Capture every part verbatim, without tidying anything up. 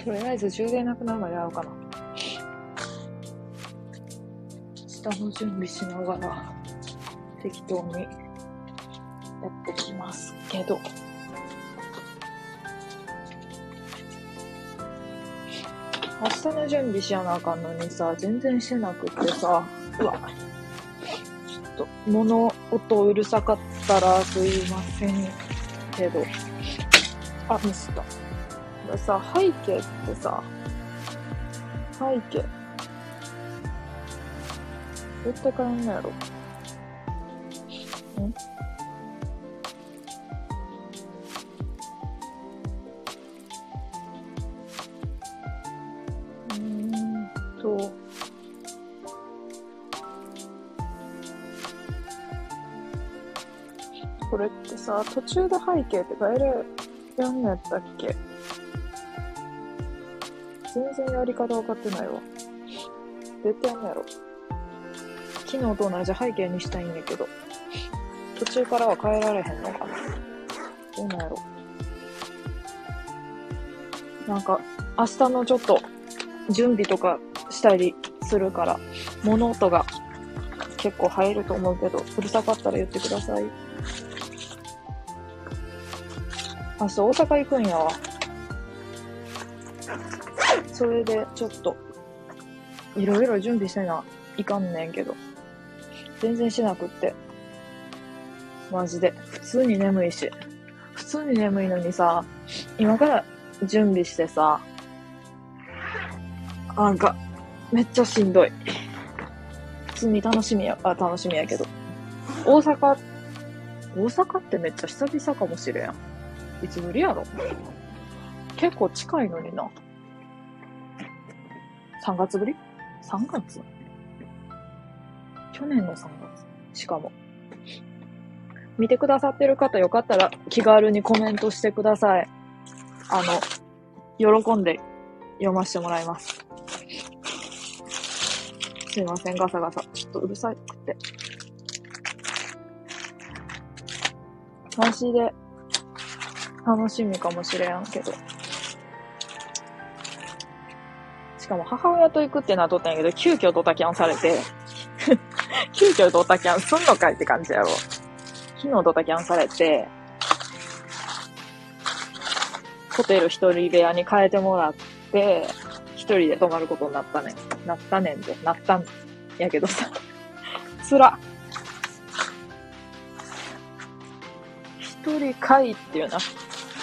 とりあえず充電なくなるまでやろうかな。下の準備しながら適当にやってきますけど。明日の準備しやなあかんのにさ、全然してなくってさ、うわ、ちょっと物音うるさかったらすいませんけど、あ、ミスった。これさ、背景ってさ、背景どうやって変えんのやろ。んうーんと、これってさ、途中で背景って変えるやんのやったっけ？全然やり方分かってないわ。どうやってやんのやろ。昨日と同じ背景にしたいんやけど、途中からは変えられへんのかな。どうなんやろ。なんか、明日のちょっと準備とかしたりするから、物音が結構入ると思うけど、うるさかったら言ってください。明日大阪行くんやわ。それでちょっといろいろ準備せないかんねんけど、全然しなくって、マジで普通に眠いし、普通に眠いのにさ、今から準備してさ、なんかめっちゃしんどい。普通に楽しみや、あ、楽しみやけど、大阪大阪ってめっちゃ久々かもしれん。いつぶりやろ。結構近いのにな。さんがつぶり ?さん 月去年のさんがつ。しかも。見てくださってる方よかったら気軽にコメントしてください。あの、喜んで読ませてもらいます。すいません、ガサガサ。ちょっとうるさくて。マジで楽しみかもしれんけど。しかも母親と行くってなっとったんやけど、急遽ドタキャンされて、急遽ドタキャンすんのかいって感じやろ。昨日ドタキャンされて、ホテル一人部屋に変えてもらって、一人で泊まることになったねん。なったねんで、なったんやけどさ。つら。一人かいっていうな。し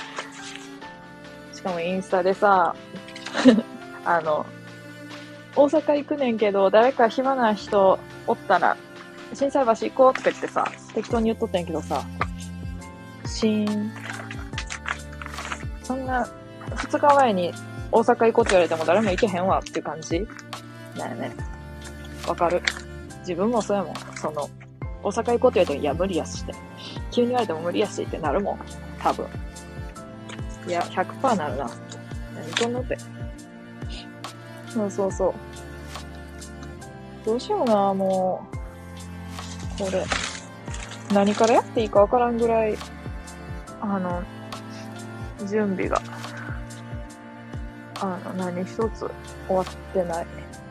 かもインスタでさ、あの、大阪行くねんけど、誰か暇な人おったら、心斎橋行こうとか言ってさ、適当に言っとったんやけどさ、しーん。そんな、二日前に大阪行こうって言われても誰も行けへんわっていう感じだよね。わかる。自分もそうやもん。その、大阪行こうって言われても、いや、無理やしって。急に言われても無理やしってなるもん。多分。いや、ひゃくパーセント なるな。何と思って。そうそうそう。どうしような、もう。これ。何からやっていいかわからんぐらい、あの、準備が、あの、何一つ終わってない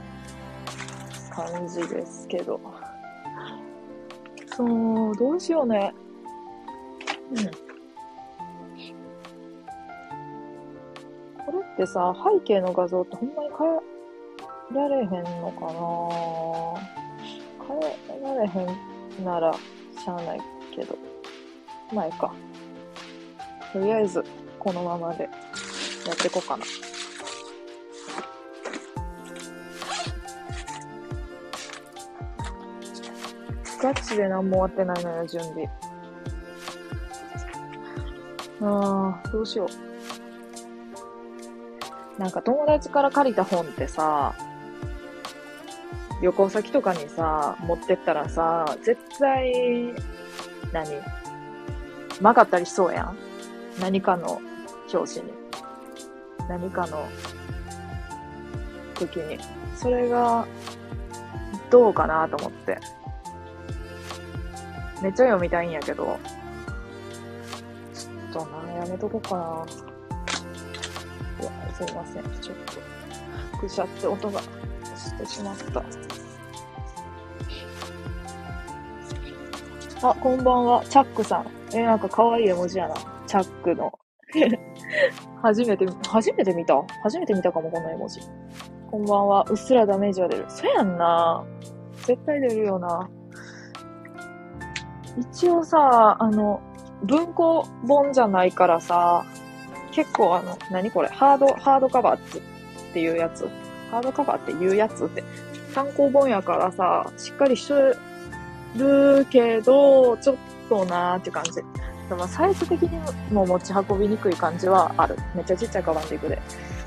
感じですけど。そう、どうしようね。うん。これってさ、背景の画像ってほんまに変えられへんのかな？変えられへんならしゃあないけど。まあいいか。とりあえず、このままでやっていこうかな。ガチで何も終わってないのよ、準備。あー、どうしよう。なんか友達から借りた本ってさ、旅行先とかにさ、持ってったらさ、絶対、何曲がったりしそうやん。何かの表紙に。何かの時に。それが、どうかなと思って。めっちゃ読みたいんやけど、ちょっとな、やめとこうかな。 うわ、すいません。ちょっと、くしゃって音がしてしまった。あ、こんばんは。チャックさん。えー、なんか可愛い絵文字やな。チャックの。初めて、初めて見た初めて見たかも、この絵文字。こんばんは。うっすらダメージは出る。そやんな。絶対出るよな。一応さ、あの、文庫本じゃないからさ、結構あの、何これ、ハード、ハードカバーっていうやつ。ハードカバーっていうやつって。単行本やからさ、しっかりしてるけど、ちょっとなーって感じ。でもサイズ的にも持ち運びにくい感じはある。めっちゃちっちゃいカバンでいくで。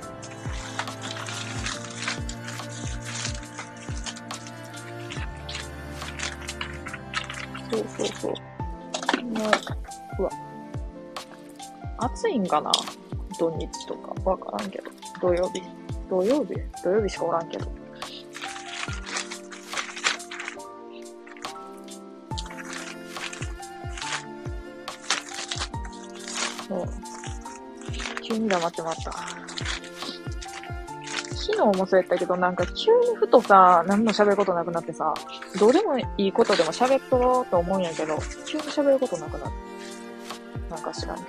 そうそうそう。もう、うわ。暑いんかな土日とか。わからんけど。土曜日。土曜日土曜日しかおらんけど。もう、急に黙ってまった。昨日もそうやったけど、なんか急にふとさ、何も喋ることなくなってさ、どうでもいいことでも喋っとろうと思うんやけど、急に喋ることなくなって。なんか知らんけ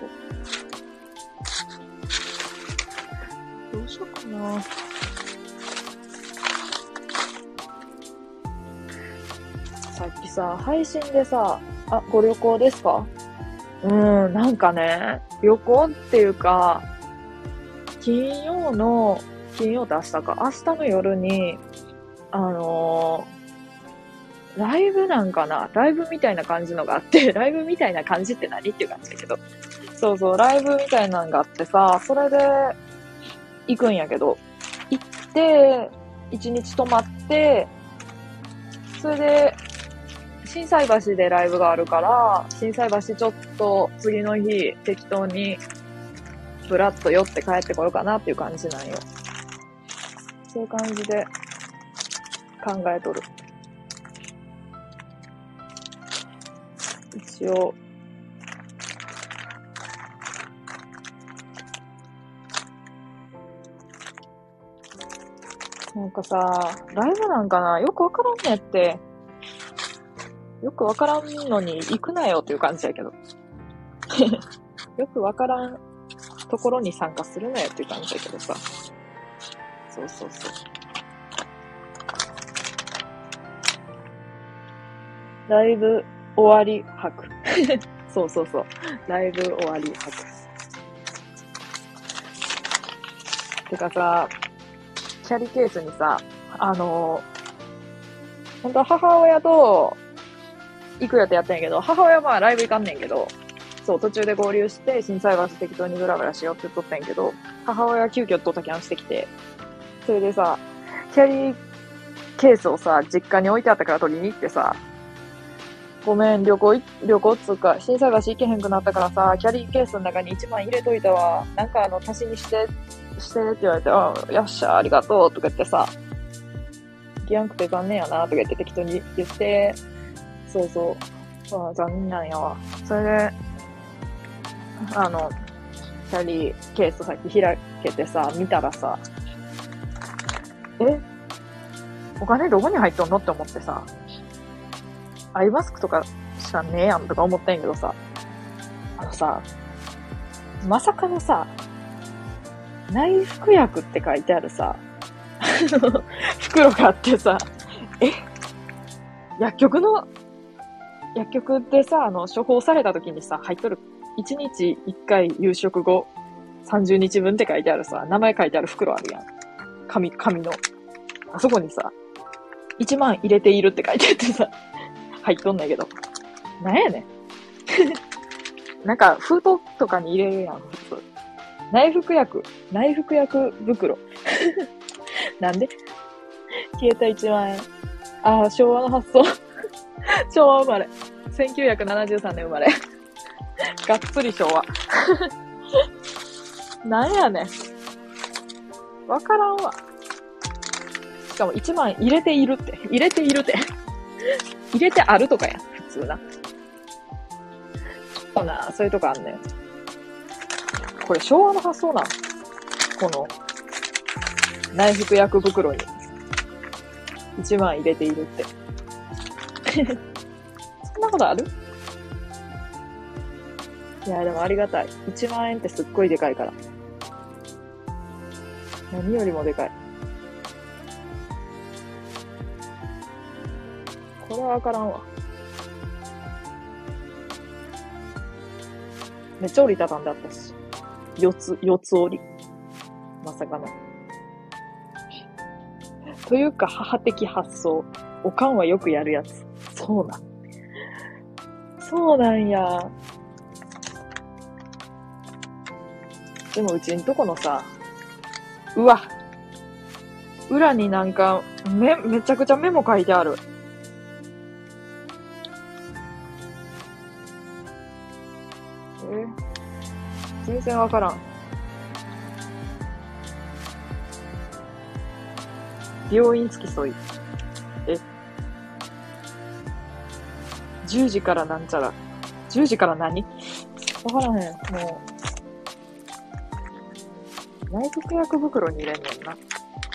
ど。どうしようかな。さっきさ、配信でさ、あ、ご旅行ですか？うーん、なんかね、旅行っていうか、金曜の、金曜って明日か、明日の夜に、あのー、ライブなんかなライブみたいな感じのがあって、ライブみたいな感じって何っていう感じだけど。そうそう、ライブみたいなのがあってさ、それで行くんやけど、行って、一日泊まって、それで、心斎橋でライブがあるから、心斎橋ちょっと次の日適当にブラッと寄って帰ってこようかなっていう感じなんよ。そういう感じで考えとる。一応、なんかさ、ライブなんかなよくわからんねって。よくわからんのに行くなよっていう感じやけど。よくわからんところに参加するなよっていう感じやけどさ。そうそうそう。ライブ終わり泊。そうそうそう。ライブ終わり泊。てかさ、キャリーケースにさ、あのー、本当は母親と行く予定やったんやけど、母親はまあライブ行かんねんけど、そう、途中で合流して、心斎橋適当にブラブラしようって言っとったんやけど、母親は急遽ドタキャンしてきて、それでさ、キャリーケースをさ、実家に置いてあったから取りに行ってさ、ごめん、旅行、旅行っつうか、心斎橋行けへんくなったからさ、キャリーケースの中にいちまん入れといたわ。なんかあの、足しにして、してって言われて、あ、よっしゃ、ありがとう、とか言ってさ、行けなくて残念やな、とか言って適当に言って、そうそう、まあ、残念なんやわ。それで、あの、キャリーケースさっき開けてさ、見たらさ、えお金どこに入っとんのって思ってさ、アイマスクとかしかねえやんとか思ったんやけどさ、あのさ、まさかのさ、内服薬って書いてあるさ、袋があってさ、え薬局の、薬局でさ、あの、処方された時にさ、入っとる、いちにちいっかい夕食後、さんじゅうにちぶんって書いてあるさ、名前書いてある袋あるやん。紙、紙の。あそこにさ、いちまん入れているって書いてあってさ、入っとんだけど。なんやねん。なんか、封筒とかに入れるやん、普通。内服薬、内服薬袋。なんで消えたいちまんえん。ああ、昭和の発想。昭和生まれ。せんきゅうひゃくななじゅうさんねん生まれ。がっつり昭和。なんやねん。わからんわ。しかもいちまん入れているって。入れているって。入れてあるとかやん。普通な。そうな、そういうとこあんねん。これ昭和の発想なん。 この内服薬袋にいちまん入れているって。そんなことある？いや、でもありがたい。いちまん円ってすっごいでかいから。何よりもでかい。これはわからんわ。めっちゃ折りたたんであったし。四つ、四つ折り。まさかの。というか、母的発想。おかんはよくやるやつ。そうなん。そうなんや。でもうちんとこのさ、うわ。裏になんか、め、めちゃくちゃメモ書いてある。え全然わからん。病院付き添い。えじゅうじからなんちゃら。じゅうじから何？わからへん。もう。内服薬袋に入れんねんな。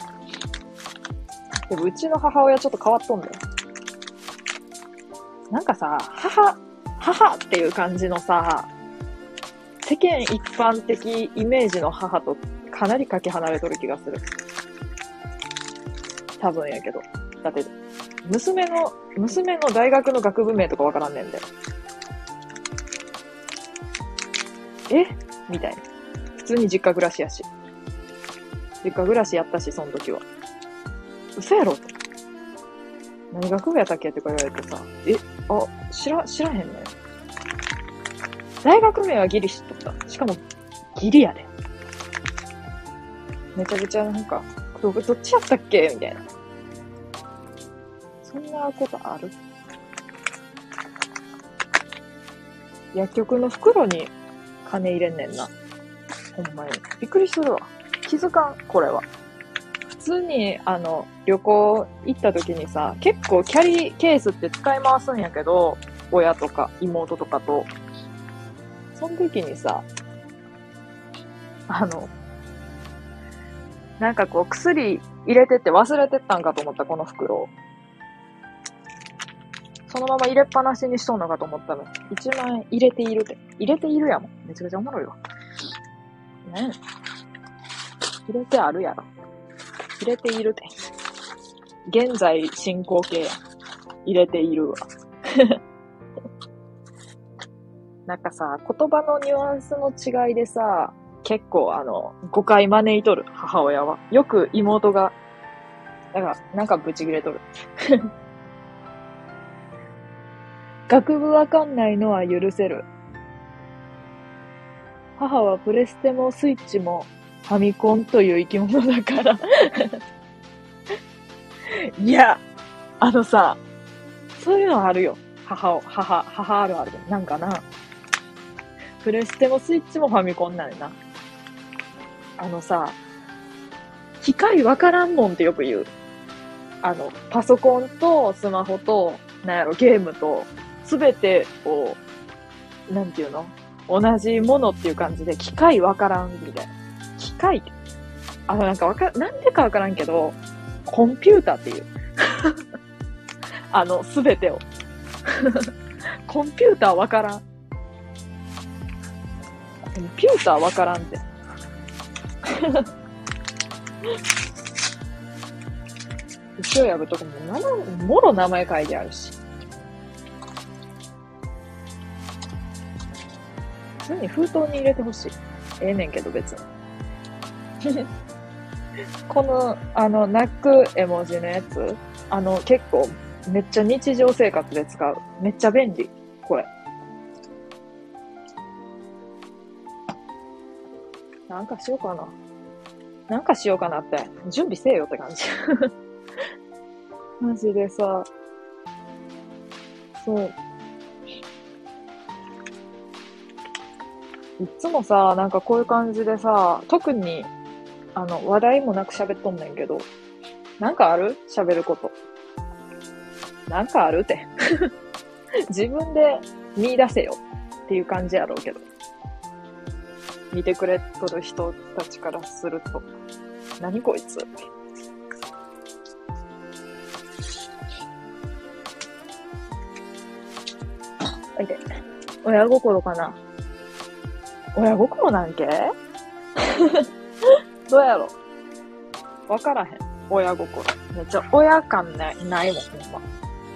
でもうちの母親ちょっと変わっとんだよ。なんかさ、母、母っていう感じのさ、世間一般的イメージの母とかなりかけ離れとる気がする。多分やけど。だって、娘の、娘の大学の学部名とかわからんねんで。えみたいな。普通に実家暮らしやし。実家暮らしやったし、その時は。嘘やろって。何学部やったっけって言われてさ、え、あ、知ら、知らへんのよ。大学名はギリ知っとった。しかも、ギリやで。めちゃくちゃなんか、ど、どっちやったっけみたいな。そんなことある？薬局の袋に金入れんねんな。ほんまに。びっくりするわ。気づかん、これは。普通に、あの、旅行行った時にさ、結構キャリーケースって使い回すんやけど、親とか妹とかと。その時にさ、あの、なんかこう薬入れてって忘れてったんかと思った、この袋を。そのまま入れっぱなしにしとんのかと思ったの。いちまん円入れているって。入れているやもん。めちゃくちゃおもろいわ。ね入れてあるやろ。入れているって。現在進行形や。入れているわ。なんかさ、言葉のニュアンスの違いでさ、結構あの、誤解招いとる、母親は。よく妹が、なんか、なんかブチ切れとる。学部わかんないのは許せる。母はプレステもスイッチもファミコンという生き物だから。いや、あのさ、そういうのあるよ。母を、母、母あるある。なんかな。プレステもスイッチもファミコンなんやな。あのさ、機械わからんもんってよく言う。あの、パソコンとスマホと、なんやろ、ゲームと、すべてを、なんていうの？同じものっていう感じで、機械わからんみたいな。機械あの、なんかわか、なんでかわからんけど、コンピューターっていう。あの、すべてを。コンピューターわからん。コンピューターわからんって。後ろやぶとこも、もろ名前書いてあるし。普通に封筒に入れてほしい。ええねんけど別に。この、あの、泣く絵文字のやつ、あの、結構、めっちゃ日常生活で使う。めっちゃ便利。これ。なんかしようかな。なんかしようかなって。準備せえよって感じ。マジでさ。そう。いつもさ、なんかこういう感じでさ、特に、あの、話題もなく喋っとんねんけど、なんかある？喋ること。なんかあるって。自分で見出せよっていう感じやろうけど。い見てくれとる人たちからすると。何こいつ。おいで。親心かな。親心なんけどうやろわからへん。親心。めっちゃ親感ない、ないもん、ほんま。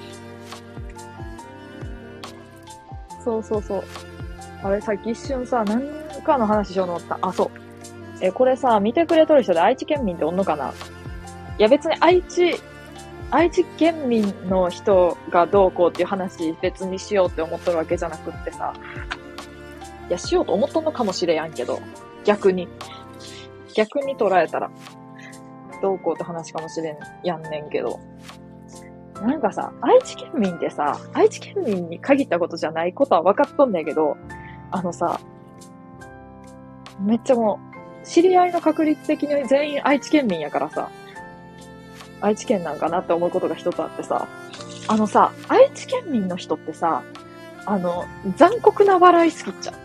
そうそうそう。あれ、さっき一瞬さ、何かの話しようと思った。あ、そう。え、これさ、見てくれとる人で愛知県民っておんのかな？いや別に愛知、愛知県民の人がどうこうっていう話別にしようって思っとるわけじゃなくってさ。いや、しようと思っとんのかもしれやんけど、逆に。逆に捉えたら、どうこうって話かもしれんやんねんけど。なんかさ、愛知県民ってさ、愛知県民に限ったことじゃないことは分かっとんねんけど、あのさ、めっちゃもう、知り合いの確率的に全員愛知県民やからさ、愛知県なんかなって思うことが一つあってさ、あのさ、愛知県民の人ってさ、あの、残酷な笑い好きっちゃう。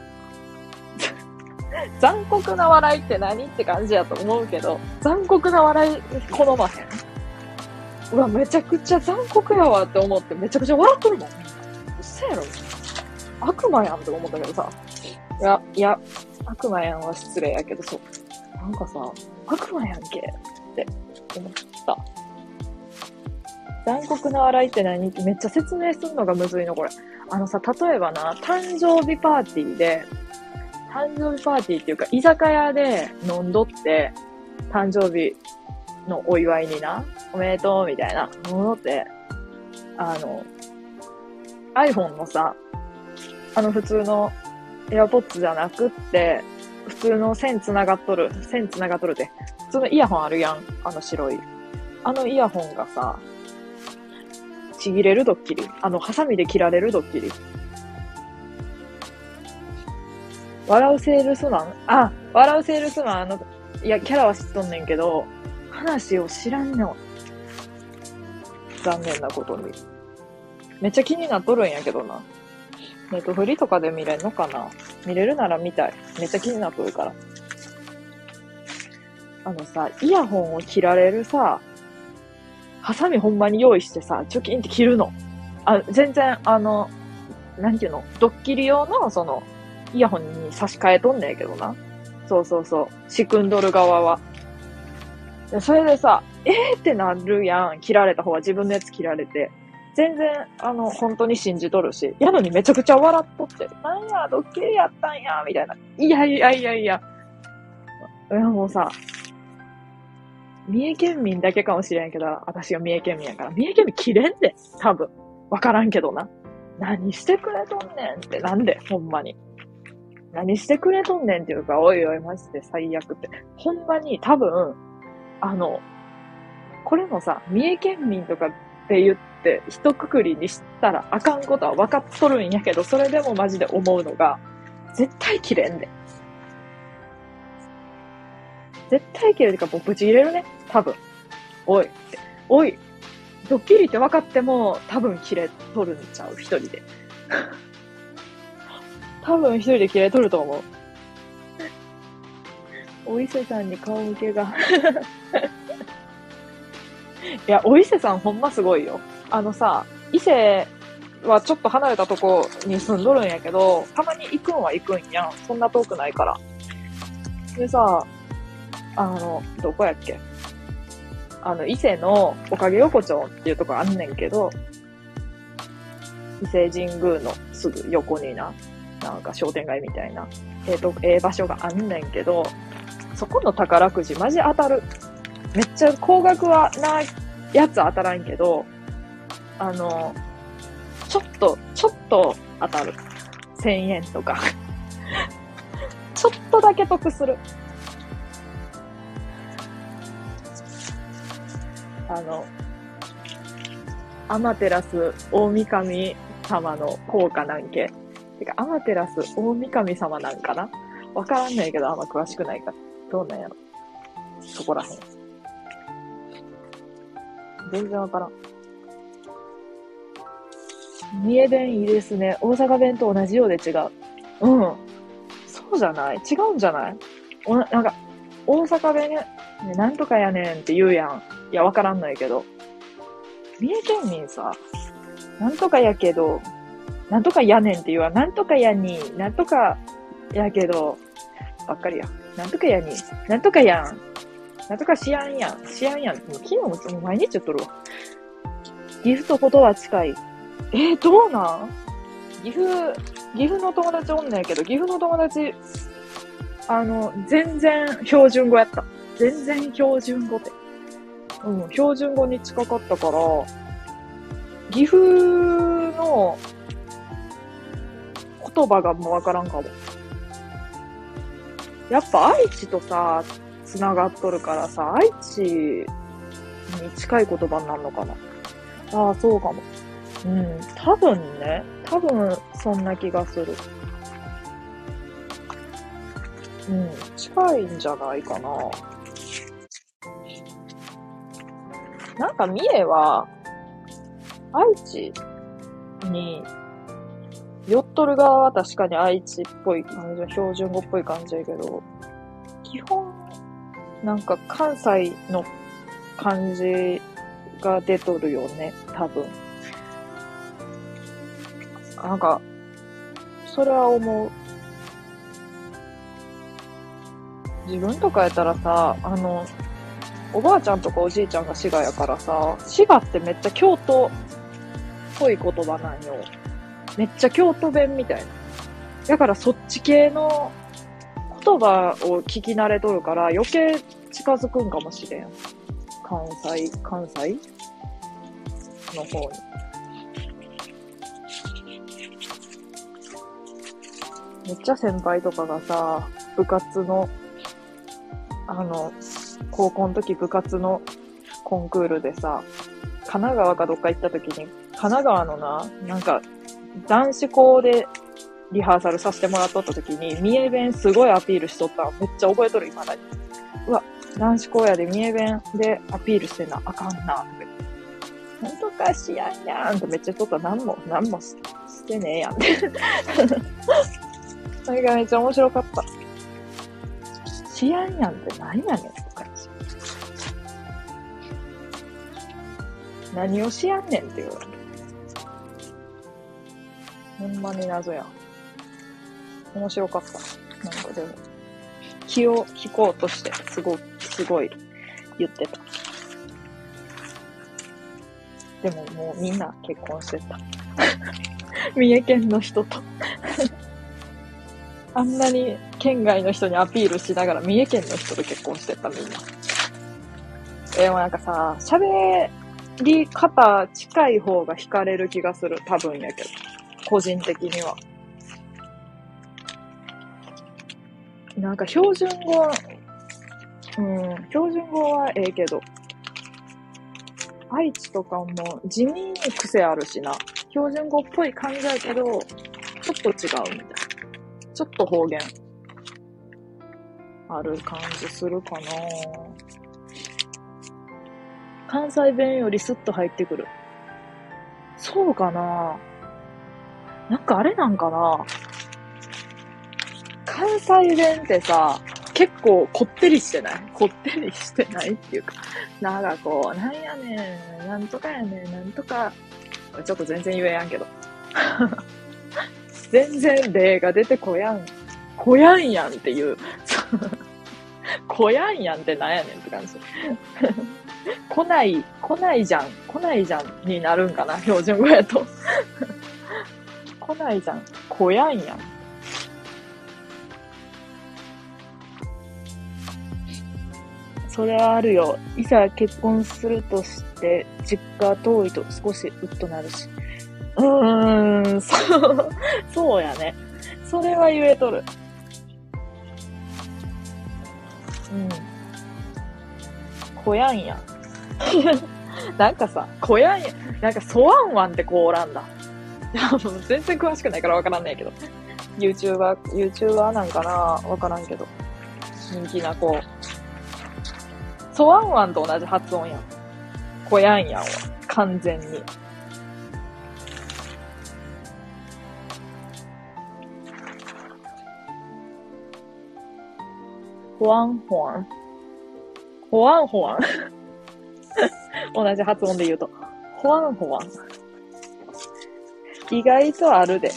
残酷な笑いって何って感じやと思うけど、残酷な笑い好まへん。うわ、めちゃくちゃ残酷やわって思ってめちゃくちゃ笑っとるもん。うっせやろ。悪魔やんって思ったけどさ。いや、いや、悪魔やんは失礼やけど、そう。なんかさ、悪魔やんけって思った。残酷な笑いって何ってめっちゃ説明するのがむずいの、これ。あのさ、例えばな、誕生日パーティーで、誕生日パーティーっていうか、居酒屋で飲んどって、誕生日のお祝いにな、おめでとうみたいなものって、あの、iPhone のさ、あの普通の AirPods じゃなくって、普通の線繋がっとる、線繋がっとるで、普通のイヤホンあるやん、あの白い。あのイヤホンがさ、ちぎれるドッキリ。あの、ハサミで切られるドッキリ。笑うセールスマンあ、笑うセールスマン、あの、いや、キャラは知っとんねんけど、話を知らんの。残念なことに。めっちゃ気になっとるんやけどな。ネットフリとかで見れんのかな？見れるなら見たい。めっちゃ気になっとるから。あのさ、イヤホンを切られるさ、ハサミほんまに用意してさ、チョキンって切るの。あ、全然、あの、なんていうの？ドッキリ用の、その、イヤホンに差し替えとんねんけどな。そうそうそう。仕組んどる側は。でそれでさ、えーってなるやん。切られた方は自分のやつ切られて。全然、あの、本当に信じとるし。やのにめちゃくちゃ笑っとって。なんや、ドッキリやったんや、みたいな。いやいやいやいや。いやもうさ、三重県民だけかもしれんけど、私が三重県民やから。三重県民切れんで。多分。わからんけどな。何してくれとんねんって。なんで、ほんまに。何してくれとんねんっていうか、おいおい、マジで最悪って。ほんまに、多分、あの、これもさ、三重県民とかって言って、一括りにしたらあかんことは分かっとるんやけど、それでもマジで思うのが、絶対切れんで。絶対切れるか、もうブチ切れるね。多分。おいって。おい。ドッキリって分かっても、多分切れとるんちゃう、一人で。多分一人で切れとると思う。お伊勢さんに顔向けが。いや、お伊勢さんほんますごいよ。あのさ、伊勢はちょっと離れたとこに住んどるんやけど、たまに行くんは行くんやん。そんな遠くないから。でさ、あの、どこやっけ？あの、伊勢のおかげ横丁っていうとこあんねんけど、伊勢神宮のすぐ横にな、なんか商店街みたいな、ええと、ええ場所があんねんけど、そこの宝くじマジ当たる。めっちゃ高額はなやつ当たらんけど、あの、ちょっと、ちょっと当たる。せんえんとか。ちょっとだけ得する。あの、アマテラス大神様の効果なんけ。てか、アマテラス大神様なんかな？わからんないけど、あんま詳しくないから。どうなんやろ。そこらへん。全然わからん。三重弁いいですね。大阪弁と同じようで違う。うん。そうじゃない？違うんじゃない？おな、なんか、大阪弁ね、なんとかやねんって言うやん。いや、わからんないけど。三重県民さ、なんとかやけど、なんとかやねんって言うわ。なんとかやに、なんとかやけど、ばっかりや。なんとかやに、なんとかやん。なんとかしやんやん。しやんやん。もう昨日ももう毎日言っとるわ。岐阜とことは近い。えー、どうなん？岐阜、岐阜の友達おんねんけど、岐阜の友達、あの、全然標準語やった。全然標準語で。うん、標準語に近かったから、岐阜の言葉がもうわからんかも。やっぱ愛知とさ、繋がっとるからさ、愛知に近い言葉になるのかな。ああ、そうかも。うん、多分ね、多分そんな気がする。うん、近いんじゃないかな。なんか三重は、愛知に、寄っとる側は確かに愛知っぽい感じ、標準語っぽい感じやけど、基本、なんか関西の感じが出とるよね、多分。なんか、それは思う。自分とかやったらさ、あの、おばあちゃんとかおじいちゃんが滋賀やからさ、滋賀ってめっちゃ京都っぽい言葉なんよ。めっちゃ京都弁みたいな。だからそっち系の言葉を聞き慣れとるから余計近づくんかもしれん。関西、関西の方に。めっちゃ先輩とかがさ、部活の、あの、高校の時部活のコンクールでさ、神奈川かどっか行った時に、神奈川のな、なんか、男子校でリハーサルさせてもらっとった時に、三重弁すごいアピールしとったのめっちゃ覚えとる、今だに。うわ、男子校やで三重弁でアピールしてんな、あかんな、とか言って。なんとかしやんやんってめっちゃ言っとった。なんも、なんもししてねえやんって。それがめっちゃ面白かった。しやんやんって何やねんとか。何をしやんねんって言うわけ。ほんまに謎やん。面白かった。なんかでも、気を引こうとして、すごい、すごい言ってた。でももうみんな結婚してた。三重県の人と。あんなに県外の人にアピールしながら三重県の人と結婚してたみんな。でもなんかさ、喋り方近い方が惹かれる気がする。多分やけど。個人的には。なんか標準語、うん、標準語はええけど、愛知とかも地味に癖あるしな。標準語っぽい感じやけど、ちょっと違うみたいな。ちょっと方言ある感じするかな。関西弁よりスッと入ってくる。そうかな。なんかあれなんかな。関西弁ってさ、結構こってりしてない？こってりしてないっていうか、なんかこう、なんやねん、なんとかやねん、なんとか、ちょっと全然言えやんけど。全然例が出てこやん。こやんやんっていう。こやんやんってなんやねんって感じ。来ない、来ないじゃん、来ないじゃんになるんかな、標準語やと。来ないじゃん、こやんやん。それはあるよ。いざ結婚するとして、実家遠いと少しうっとなるし。うーん、そう、そうやね。それは言えとる。うん。こやんやん。なんかさ、こやんやん。なんか、そわんわんって子おらんだ。いや、もう全然詳しくないからわからんねんけど。YouTuber、YouTuber なんかなわからんけど。人気な子。そわんわんと同じ発音やん。こやんやんは。完全に。 ほわんほわん。ほわんほわん。同じ発音で言うと。ほわんほわん。意外とあるで。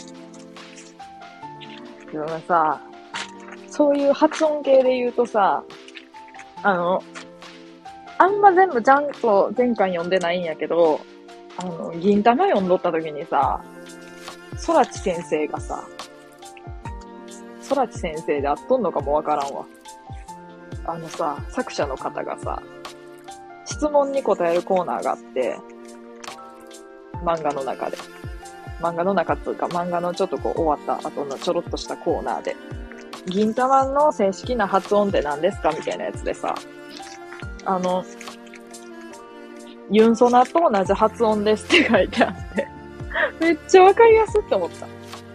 でもさ、そういう発音系で言うとさ、あの、あんま全部ちゃんと前回読んでないんやけど、あの、銀玉読んどった時にさ、空知先生がさ、空知先生であっとんのかもわからんわ。あのさ、作者の方がさ、質問に答えるコーナーがあって、漫画の中で。漫画の中っていうか、漫画のちょっとこう終わった後のちょろっとしたコーナーで、銀玉の正式な発音って何ですかみたいなやつでさ、あの、ユンソナと同じ発音ですって書いてあって、めっちゃわかりやすって思った。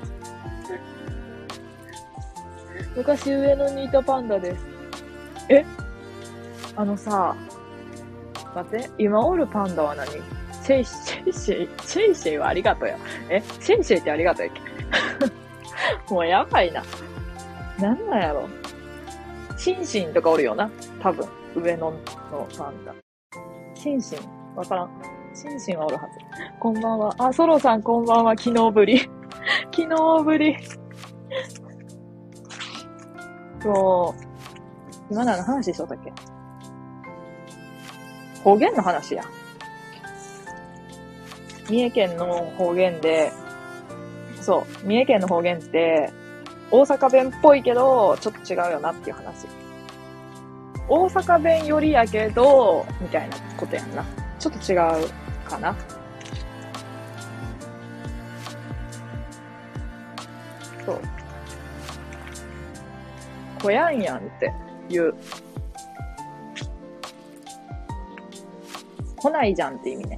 昔上野にいたパンダです。えあのさ、待って、今おるパンダは何？シェイシェイシェイ、シェイシェイはありがとうや。えシェイシェイってありがとうやっけもうやばいな。なんなんやろ。シンシンとかおるよな。多分、上野のパンダ。シンシン、わからん。シンシンはおるはず。こんばんは。あ、ソロさんこんばんは。昨日ぶり。昨日ぶり。そう。今何の話しとったっけ？方言の話や。三重県の方言で、そう、三重県の方言って、大阪弁っぽいけど、ちょっと違うよなっていう話。大阪弁よりやけど、みたいなことやんな。ちょっと違うかな。そう。こやんやんって言う。来ないじゃんって意味ね。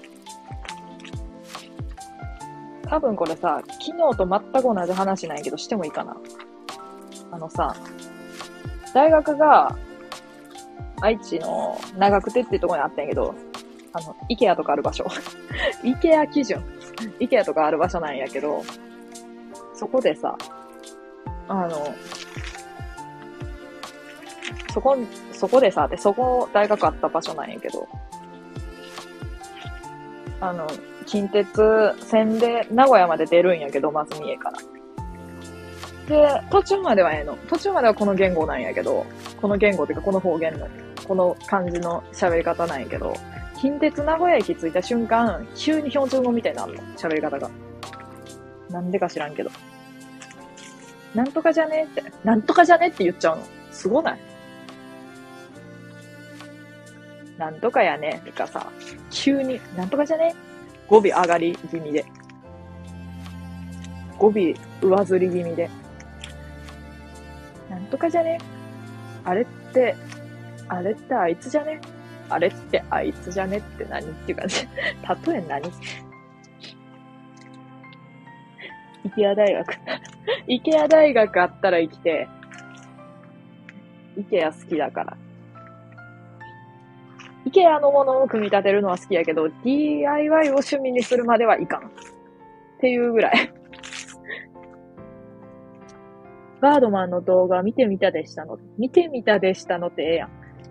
多分これさ、昨日と全く同じ話なんやけど、してもいいかな。あのさ、大学が愛知の長久手っていうところにあったんやけど、あの、イケアとかある場所。イケア基準。イケアとかある場所なんやけど、そこでさ、あの、そこ、そこでさ、で、そこ大学あった場所なんやけど、あの、近鉄線で名古屋まで出るんやけど、まず三重から。で、途中まではええの。途中まではこの言語なんやけど、この言語っていうかこの方言の、この感じの喋り方なんやけど、近鉄名古屋駅着いた瞬間、急に標準語みたいになるの。喋り方が。なんでか知らんけど。なんとかじゃねって、なんとかじゃねって言っちゃうの。すごない？なんとかやねとかさ、急に、なんとかじゃね語尾上がり気味で。語尾上ずり気味で。なんとかじゃねあれって、あれってあいつじゃねあれってあいつじゃねって何っていう感じ。例え何？池谷大学。池谷大学あったら生きて、池谷好きだから。池谷のものを組み立てるのは好きやけど、ディーアイワイ を趣味にするまではいかん。っていうぐらい。バードマンの動画見てみたでしたの。見てみたでしたのってええやん。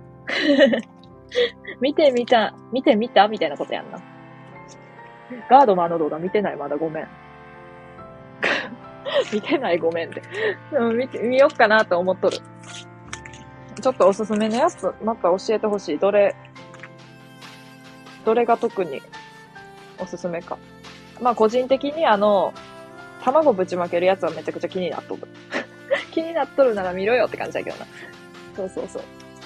見てみた、見てみたみたいなことやんな。バードマンの動画見てないまだごめん。見てないごめんって。でも見て、見よっかなと思っとる。ちょっとおすすめのやつ、また教えてほしい。どれ、どれが特におすすめか。まあ個人的にあの、卵ぶちまけるやつはめちゃくちゃ気になっとる。気になっとるなら見ろよって感じだけどな。そうそうそう。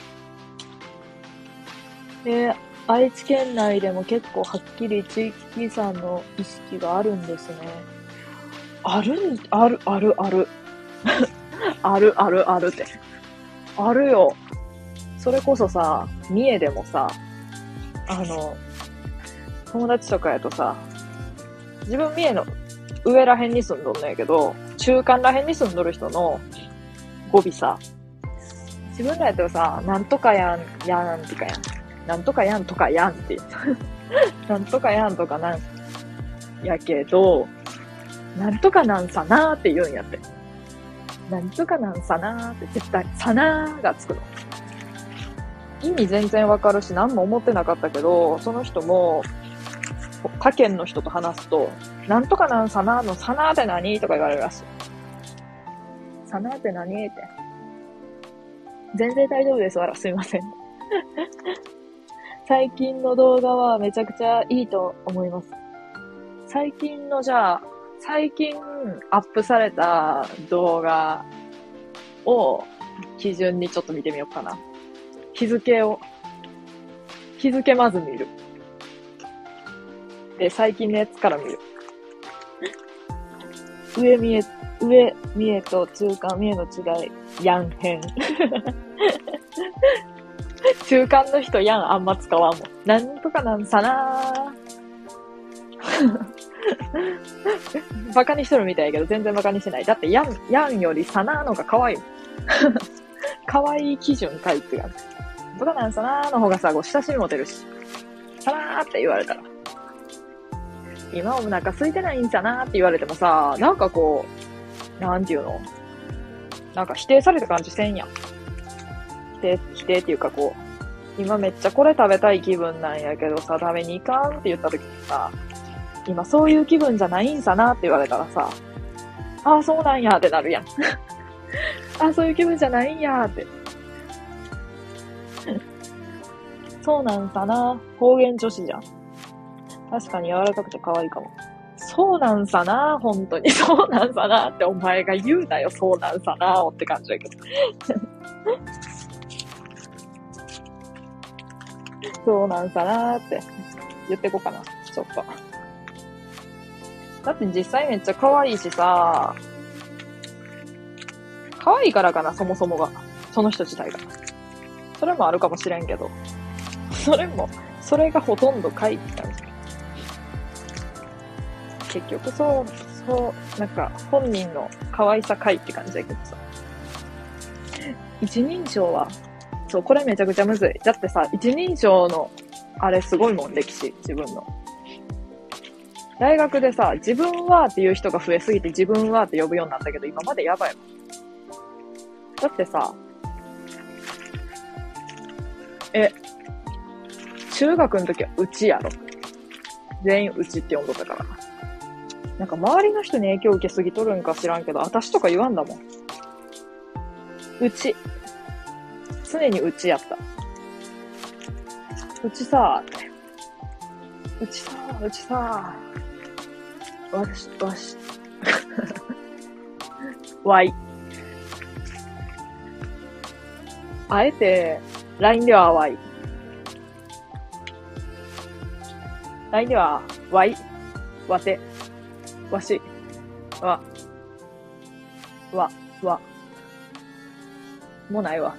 えー、愛知県内でも結構はっきり地域差の意識があるんですね。ある、ある、ある、ある。ある、ある、あるって。あるよ。それこそさ、三重でもさ、あの、友達とかやとさ、自分三重の上ら辺に住んどんのやけど、中間ら辺に住んどる人の語尾さ、自分らやとさ、なんとかやん、やんとかやん。なんとかやんとかやんって言う。なんとかやんとかなんやけど、なんとかなんさなーって言うんやって。 なんとかなんさなーって絶対、さなーがつくの。意味全然わかるし、何も思ってなかったけど、その人も、他県の人と話すと、なんとかなんさなーのさなーって何とか言われるらしい。さなーって何って。全然大丈夫ですわら、すいません。最近の動画はめちゃくちゃいいと思います。最近のじゃあ、最近アップされた動画を基準にちょっと見てみようかな。日付を、日付まず見る。で、最近のやつから見る。上見え、上見えと中間見えの違い、やんへん。中間の人やんあんま使わんもん。なんとかなんさなー。バカにしとるみたいやけど全然バカにしてない。だってやん、やんよりさなーのが可愛い。可愛い基準書いてある。とかなんさなーの方がさ、こう親しみ持てるし。さなーって言われたら。今お腹空いてないんさなーって言われてもさ、なんかこう、なんていうのなんか否定された感じせんやん。否定、否定っていうかこう、今めっちゃこれ食べたい気分なんやけどさ、食べに行かんって言った時にさ、今そういう気分じゃないんさなって言われたらさ、ああそうなんやってなるやん。ああそういう気分じゃないんやって。そうなんさな。方言女子じゃん。確かに柔らかくて可愛いかも。そうなんさな、本当に。そうなんさなってお前が言うなよ、そうなんさなって感じだけど。そうなんさなって言ってこうかな、ちょっと。だって実際めっちゃ可愛いしさ、可愛いからかな、そもそもが。その人自体が。それもあるかもしれんけど。それも、それがほとんど書いてたんですよ。結局そう、そう、なんか本人の可愛さ回って感じだけどさ。一人称は、そう、これめちゃくちゃむずい。だってさ、一人称の、あれすごいもん、歴史、自分の。大学でさ、自分はっていう人が増えすぎて自分はって呼ぶようになったけど、今までやばいもん。だってさ、え、中学の時はうちやろ。全員うちって呼んどったから。なんか周りの人に影響受けすぎとるんか知らんけど、私とか言わんだもん。うち。常にうちやった。うちさ、うちさ、うちさ、わし、わし、わい。あえて、ライン ではわい。ライン では、わい、わて、わし、わ、わ、わ。もうないわ。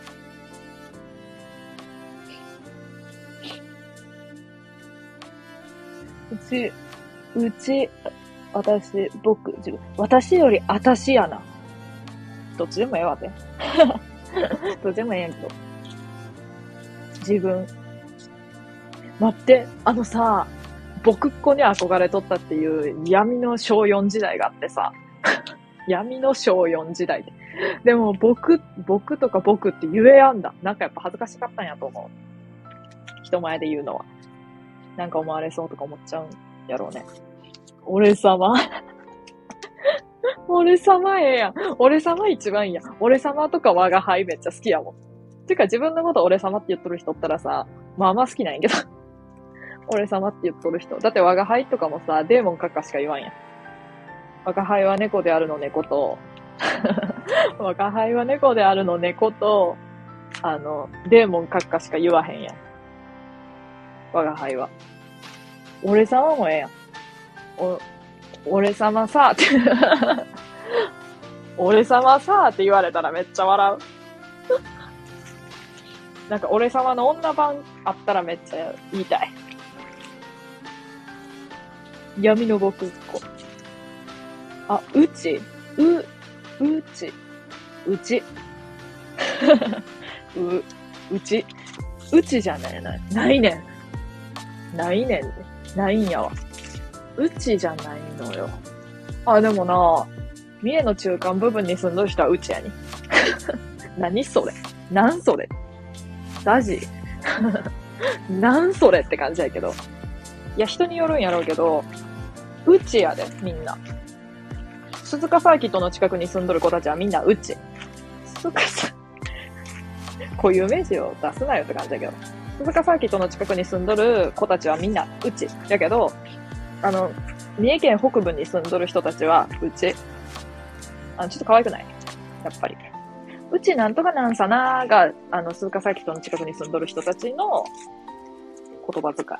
うち、うち、私、僕、自分。私より私やな。どっちでもええわて。どっちでもええんやけど。自分。待って、あのさ、僕っ子に憧れとったっていう闇の小よん時代があってさ。闇の小よん時代で。でも僕、僕とか僕って言えやんだ。なんかやっぱ恥ずかしかったんやと思う。人前で言うのは。なんか思われそうとか思っちゃうんやろうね。俺様。俺様ええやん。俺様一番いいやん。俺様とか我が輩めっちゃ好きやもん。てか自分のこと俺様って言っとる人ったらさ、まあまあ好きなんやけど。俺様って言っとる人。だって我が輩とかもさ、デーモン閣下しか言わんやん。我が輩は猫であるの猫と、我が輩は猫であるの猫と、あの、デーモン閣下しか言わへんやん。我が輩は。俺様もええやん。お、俺様さ、って。俺様さ、って言われたらめっちゃ笑う。なんか俺様の女版あったらめっちゃ言いたい。闇の僕っ子。あ、うちう、うちうち。う、うち。うちじゃないな。ないねん。ないねん。ないんやわ。うちじゃないのよ。あ、でもな、 三重の中間部分に住んどる人はうちやに。何それなんそれダジなんそれって感じやけど。いや、人によるんやろうけど、うちやで、みんな。鈴鹿サーキットの近くに住んどる子たちはみんなうち。鈴鹿サーこういう名詞を出すなよって感じだけど。鈴鹿サーキットの近くに住んどる子たちはみんなうち。やけど、あの、三重県北部に住んどる人たちはうち。あの、ちょっと可愛くないやっぱり。うちなんとかなんさなーが、あの、鈴鹿サーキットの近くに住んどる人たちの言葉遣い。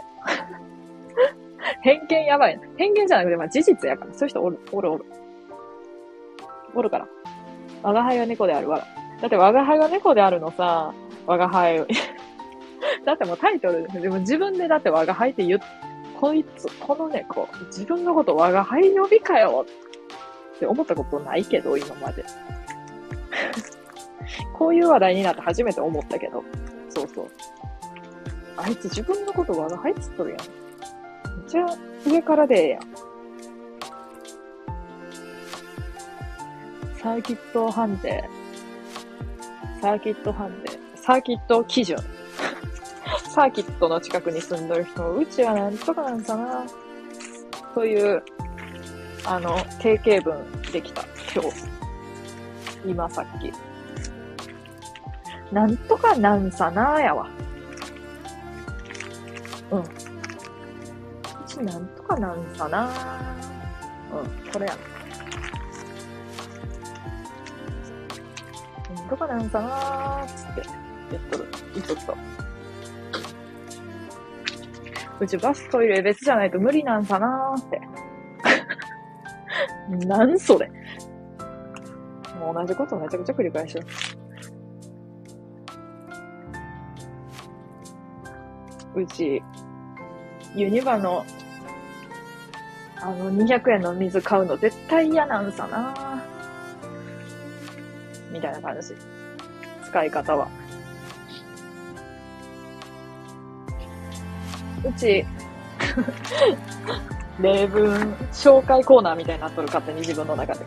偏見やばいな。偏見じゃなくて、まあ事実やから。そういう人おる、おるおる。おるから。我が輩は猫であるわら。だって我が輩は猫であるのさ、我が輩。だってもうタイトル、でも自分でだって我が輩って言っ、こいつ、この猫、自分のこと我が輩呼びかよって思ったことないけど、今まで。こういう話題になって初めて思ったけど。そうそう。あいつ自分のこと我が輩っつっとるやん。めっちゃ上からでええやん。サーキット判定。サーキット判定。サーキット基準。サーキットの近くに住んどる人、うちはなんとかなんかな。という、あの、定型文できた。今日。今さっき。なんとかなんさなーやわ。うん。うちなんとかなんさなー。うん、これやな。なんとかなんさなーっつって言っとる。言っとった。うちバストイレ別じゃないと無理なんさなーって。なんそれ。もう同じことめちゃくちゃ繰り返しよう。うち、ユニバの、あの、にひゃくえんの水買うの絶対嫌なんさなー。みたいな感じ。使い方は。うち、例文、紹介コーナーみたいになっとる、勝手に自分の中で。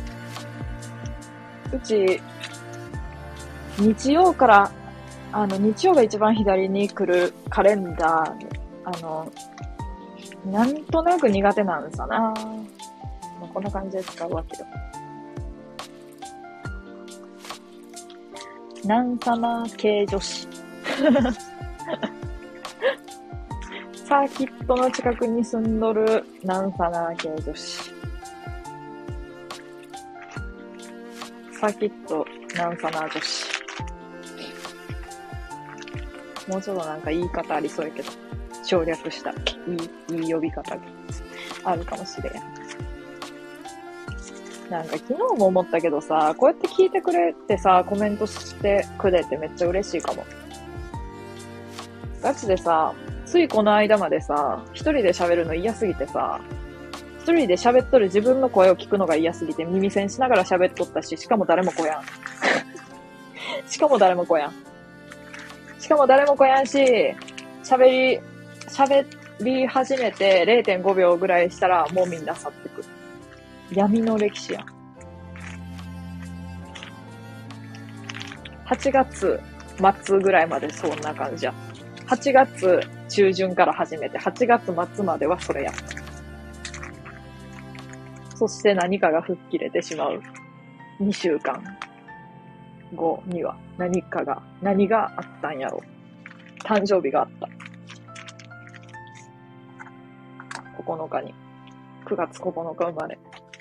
うち、日曜から、あの、日曜が一番左に来るカレンダー、あの、なんとなく苦手なんさな。まあ、こんな感じで使うわけよ。なんさま系女子。サーキットの近くに住んどるなんさな系女子。サーキットなんさな女子。もうちょっとなんか言い方ありそうやけど、省略したいい、いい呼び方があるかもしれん。なんか昨日も思ったけどさ、こうやって聞いてくれてさ、コメントしてくれてめっちゃ嬉しいかも。ガチでさ、ついこの間までさ、一人で喋るの嫌すぎてさ、一人で喋っとる自分の声を聞くのが嫌すぎて耳栓しながら喋っとったし、しかも誰も来やん。しかも誰も来やん。しかも誰も来やんし、喋り、喋り始めて れいてんごびょうぐらいしたらもうみんな去ってくる。闇の歴史やん。はちがつ末ぐらいまでそんな感じや。はちがつ中旬から始めて、はちがつ末まではそれやった。そして何かが吹っ切れてしまう。にしゅうかんごには何かが、何があったんやろ。誕生日があった。ここのかに。くがつここのか生まれ。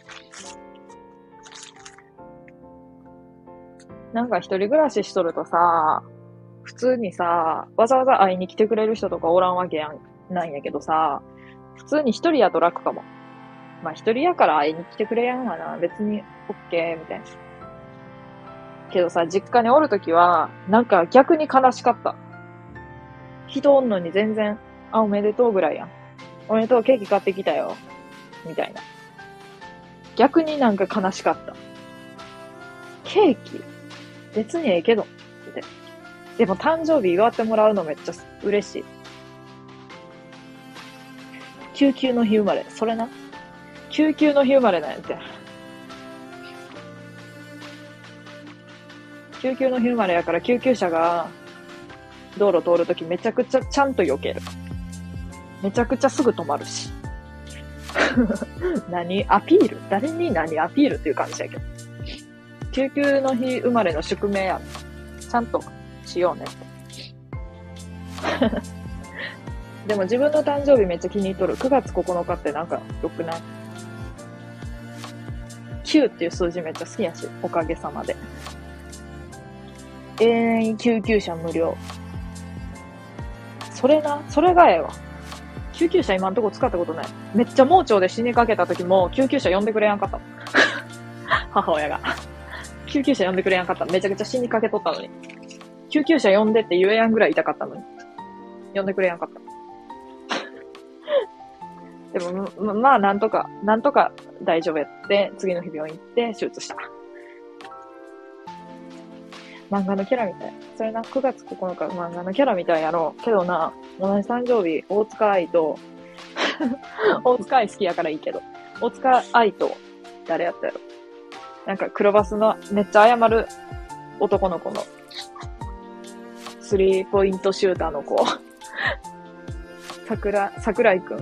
なんか一人暮らししとるとさ、普通にさ、わざわざ会いに来てくれる人とかおらんわけやん、なんやけどさ、普通に一人やと楽かも。まあ一人やから会いに来てくれやんがな、別にオッケーみたいな。けどさ、実家におるときは、なんか逆に悲しかった。人おんのに全然、あ、おめでとうぐらいやん。おめでとう、ケーキ買ってきたよ。みたいな。逆になんか悲しかった。ケーキ別にええけど。って。でも誕生日祝ってもらうのめっちゃ嬉しい。救急の日生まれ。それな。救急の日生まれなんやって。 救急の日生まれやから救急車が道路通るときめちゃくちゃちゃんと避ける。めちゃくちゃすぐ止まるし。何アピール誰に何アピールっていう感じだけど。救急の日生まれの宿命やん。ちゃんとしようねって。でも自分の誕生日めっちゃ気に入っとる。くがつここのかってなんか良くない？ きゅう っていう数字めっちゃ好きやし、おかげさまで。永遠救急車無料。それな、それがええわ。救急車今んとこ使ったことない。めっちゃ盲腸で死にかけた時も救急車呼んでくれやんかった。母親が。救急車呼んでくれやんかった。めちゃくちゃ死にかけとったのに。救急車呼んでって言えやんぐらい痛かったのに。呼んでくれやんかった。でも、ま、まあ、なんとか、なんとか大丈夫やって、次の日病院行って手術した。漫画のキャラみたい。それな、くがつここのか漫画のキャラみたいやろ。けどな、同じ誕生日、大塚愛と、大塚愛好きやからいいけど、大塚愛と、誰やったやろ。なんか黒バスのめっちゃ謝る男の子の、スリーポイントシューターの子。桜、桜井くん。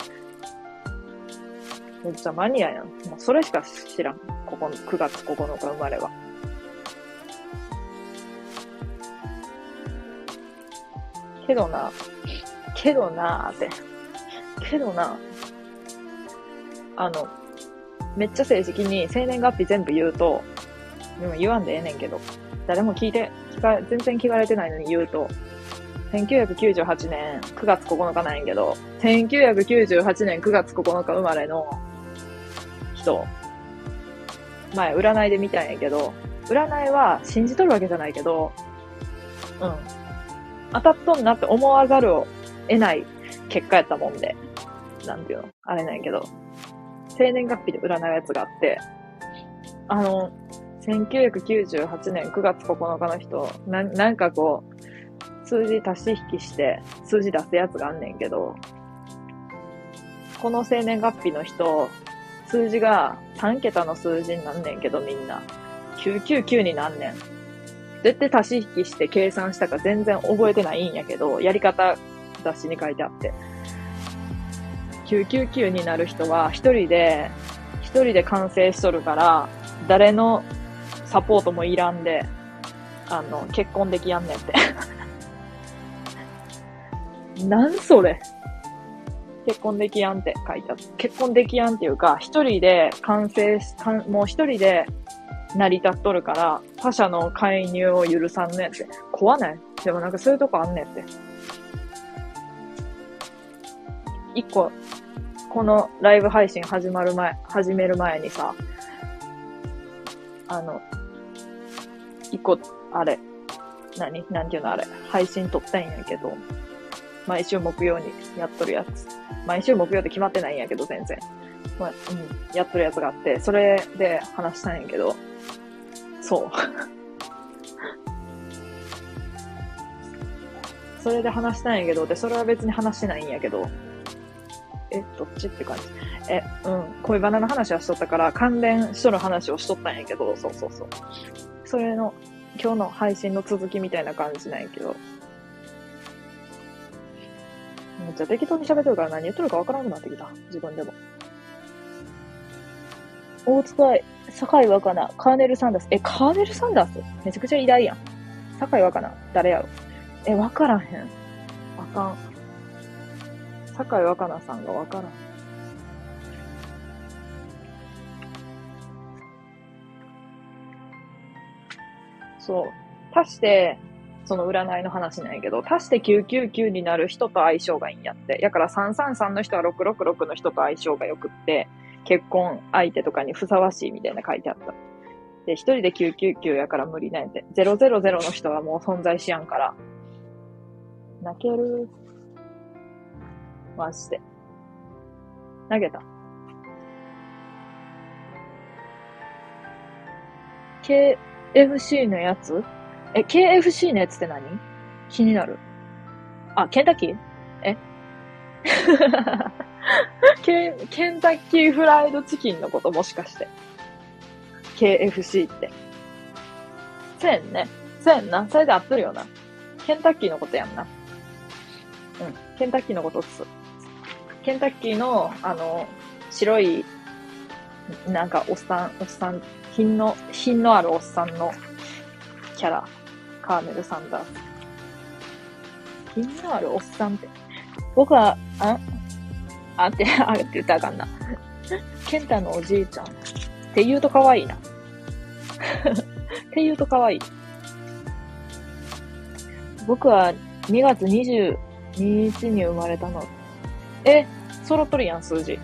めっちゃマニアやん。もうそれしか知らん。ここのくがつここのか生まれは。けどな、けどなーって。けどな、あの、めっちゃ正式に生年月日全部言うと、でも言わんでええねんけど、誰も聞いて、聞か、全然聞かれてないのに言うと、せんきゅうひゃくきゅうじゅうはちねんくがつここのかなんやけど、せんきゅうひゃくきゅうじゅうはちねんくがつここのか生まれの人、前占いで見たんやけど、占いは信じとるわけじゃないけど、うん。当たっとんなって思わざるを得ない結果やったもんで、なんていうのあれなんやけど、生年月日で占うやつがあって、あの、せんきゅうひゃくきゅうじゅうはちねんくがつここのかの人、な、なんかこう、数字足し引きして数字出すやつがあんねんけど、この生年月日の人、数字がさんけたの数字になんねんけどみんな、きゅうひゃくきゅうじゅうきゅうになんねん。絶対足し引きして計算したか全然覚えてないんやけど、やり方雑誌に書いてあって。きゅうひゃくきゅうじゅうきゅうになる人は一人で、一人で完成しとるから、誰のサポートもいらんで、あの、結婚できやんねんって。なんそれ。結婚できやんって書いてあった。結婚できやんっていうか、一人で完成し、もう一人で成り立っとるから、他者の介入を許さんねんって。怖ない？でもなんかそういうとこあんねんって。一個、このライブ配信始まる前、始める前にさ、あの、一個、あれ、何なんていうのあれ、配信撮ったんやけど、毎週木曜にやっとるやつ。毎週木曜って決まってないんやけど、全然。まあ、うん、やっとるやつがあって、それで話したんやけど、そう。それで話したんやけど、で、それは別に話してないんやけど、え、どっちって感じ。え、うん、恋バナの話はしとったから、関連しとる話をしとったんやけど、そうそうそう。それの、今日の配信の続きみたいな感じなんやけど、めっちゃ適当に喋ってるから何言っとるかわからなくなってきた。自分でも。大塚愛、坂井若菜、カーネル・サンダース。え、カーネル・サンダースめちゃくちゃ偉大やん。坂井若菜、誰やろ。え、わからへん。あかん。坂井若菜さんがわからん。そう。足して、その占いの話なんやけど、足してきゅうひゃくきゅうじゅうきゅうになる人と相性がいいんやって。だからさんさんさんの人はろくろくろくの人と相性が良くって、結婚相手とかにふさわしいみたいな書いてあった。で、一人できゅうひゃくきゅうじゅうきゅうやから無理なんやて。ゼロゼロゼロの人はもう存在しやんから。泣ける。マジで。投げた。ケーエフシー のやつえ、ケーエフシー のやつって何？気になる。あ、ケンタッキー？えケン、ケンタッキーフライドチキンのこともしかして。ケーエフシー って。 そうやんね。そうやんな。それで合ってるよな。ケンタッキーのことやんな。うん。ケンタッキーのことっす。ケンタッキーの、あの、白い、なんか、おっさん、おっさん、品の、品のあるおっさんのキャラ。カーネル・サンダース。品のあるおっさんって。僕は、あ、あって、あって言ったらあかんな。ケンタのおじいちゃん。って言うと可愛いな。って言うと可愛い。僕はにがつにじゅうににちに生まれたの。え、揃っとるやん、数字。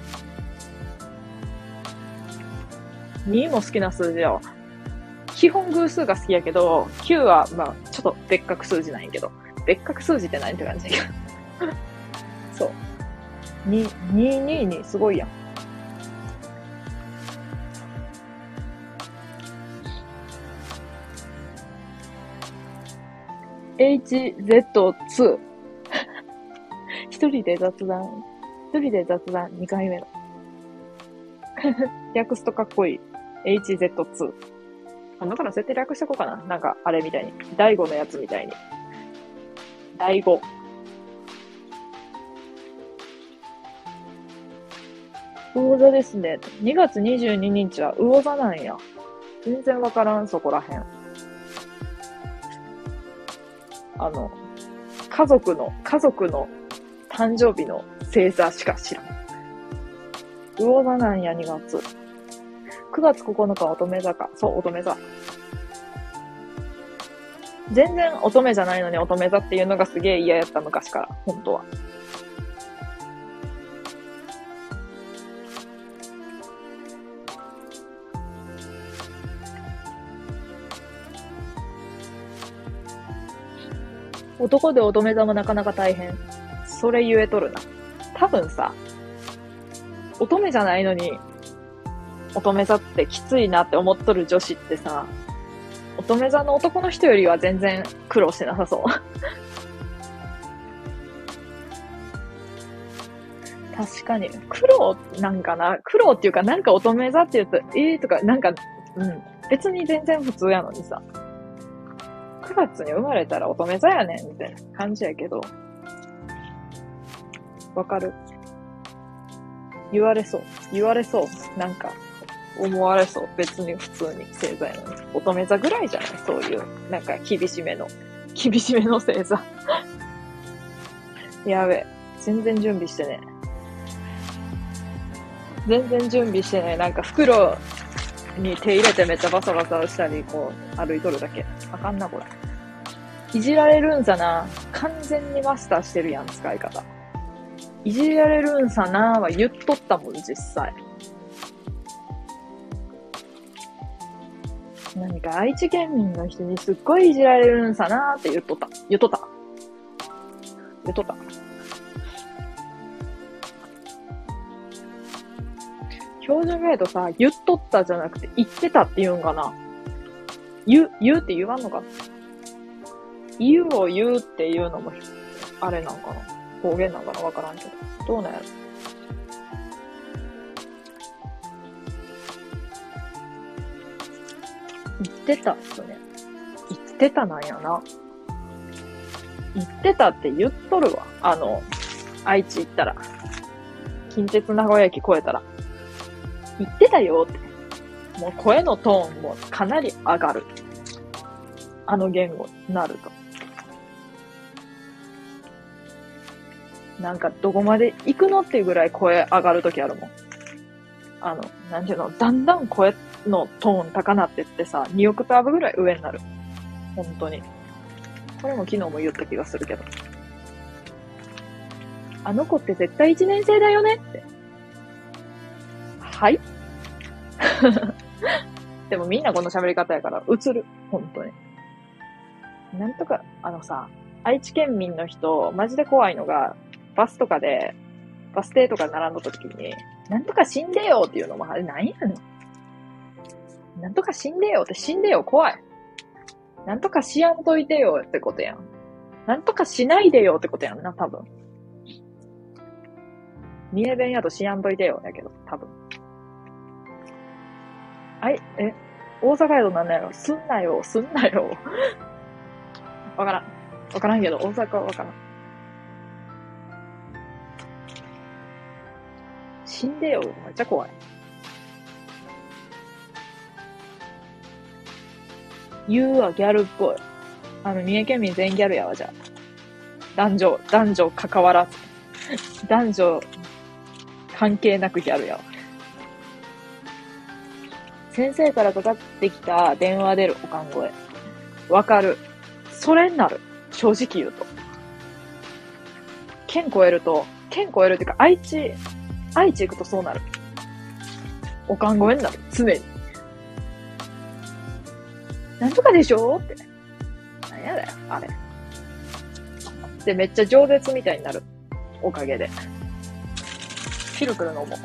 にも好きな数字やわ。基本偶数が好きやけど、きゅうは、まあ、ちょっと別格数字なんやけど。別格数字って何って感じだけど。そう。に、に、に、に、すごいやん。エイチゼットツー。一人で雑談。一人で雑談にかいめの。略すとかっこいい。エイチゼットツー。今度から設定略しとこうかな。なんか、あれみたいに。ダイゴのやつみたいに。ダイゴ。魚座ですね。にがつにじゅうににちは魚座なんや。全然わからん、そこらへん。あの、家族の、家族の誕生日の星座しか知らん。魚座なんや、にがつ。くがつここのか乙女座か。そう、乙女座。全然乙女じゃないのに乙女座っていうのがすげえ嫌やった、昔から。本当は。男で乙女座もなかなか大変。それ言えとるな。多分さ、乙女じゃないのに、乙女座ってきついなって思っとる女子ってさ、乙女座の男の人よりは全然苦労してなさそう。確かに。苦労なんかな苦労っていうか、なんか乙女座って言うと、えーとか、なんか、うん。別に全然普通やのにさ。くがつに生まれたら乙女座やねん、みたいな感じやけど。わかる？言われそう。言われそう。なんか、思われそう。別に普通に星座やのに。乙女座ぐらいじゃない？そういう、なんか厳しめの、厳しめの星座。やべえ。全然準備してね。全然準備してね。なんか袋に手入れてめっちゃバサバサしたり、こう、歩いとるだけ。あかんな、これ。いじられるんさな。完全にマスターしてるやん、使い方。いじられるんさなは言っとったもん、実際。何か愛知県民の人にすっごいいじられるんさなって言っとった。言っとった。言っとった。標準語やとさ、言っとったじゃなくて言ってたって言うんかな。言う、言うって言わんのかな。言うを言うっていうのも、あれなんかな。方言なんかなわからんけど。どうなんやろ。言ってたっすね。言ってたなんやな。言ってたって言っとるわ。あの、愛知行ったら。近鉄名古屋駅越えたら。言ってたよって。もう声のトーンもかなり上がる。あの言語になると。なんかどこまで行くのっていうぐらい声上がるときあるもん。あの、なんていうの、だんだん声のトーン高なってってさ、にオクターブぐらい上になる。本当に。これも昨日も言った気がするけど。あの子って絶対一年生だよねって。はいでもみんなこの喋り方やから映る。本当に。なんとか、あのさ、愛知県民の人、マジで怖いのが、バスとかで、バス停とか並んだ時に、なんとか死んでよっていうのも、あれなんやねん。なんとか死んでよって死んでよ怖い。なんとかしやんといてよってことやん。なんとかしないでよってことやんな、多分。三重弁やとしやんといてよやけど、多分。あい、え、 大阪やとなんなんやろ。すんなよ、すんなよ。わからん。わからんけど、大阪はわからん。死んでよ、めっちゃ怖い。言うはギャルっぽい。あの、三重県民全員ギャルやわ、じゃあ。男女、男女関わらず。男女関係なくギャルやわ。先生からかかってきた電話出るおかん声。わかる。それになる。正直言うと。県超えると、県超えるっていうか、愛知、愛知行くとそうなる。おかん声になる。常に。なんとかでしょって。なんやだよ、あれ。で、めっちゃ饒舌みたいになる。おかげで。ピルクル飲もう。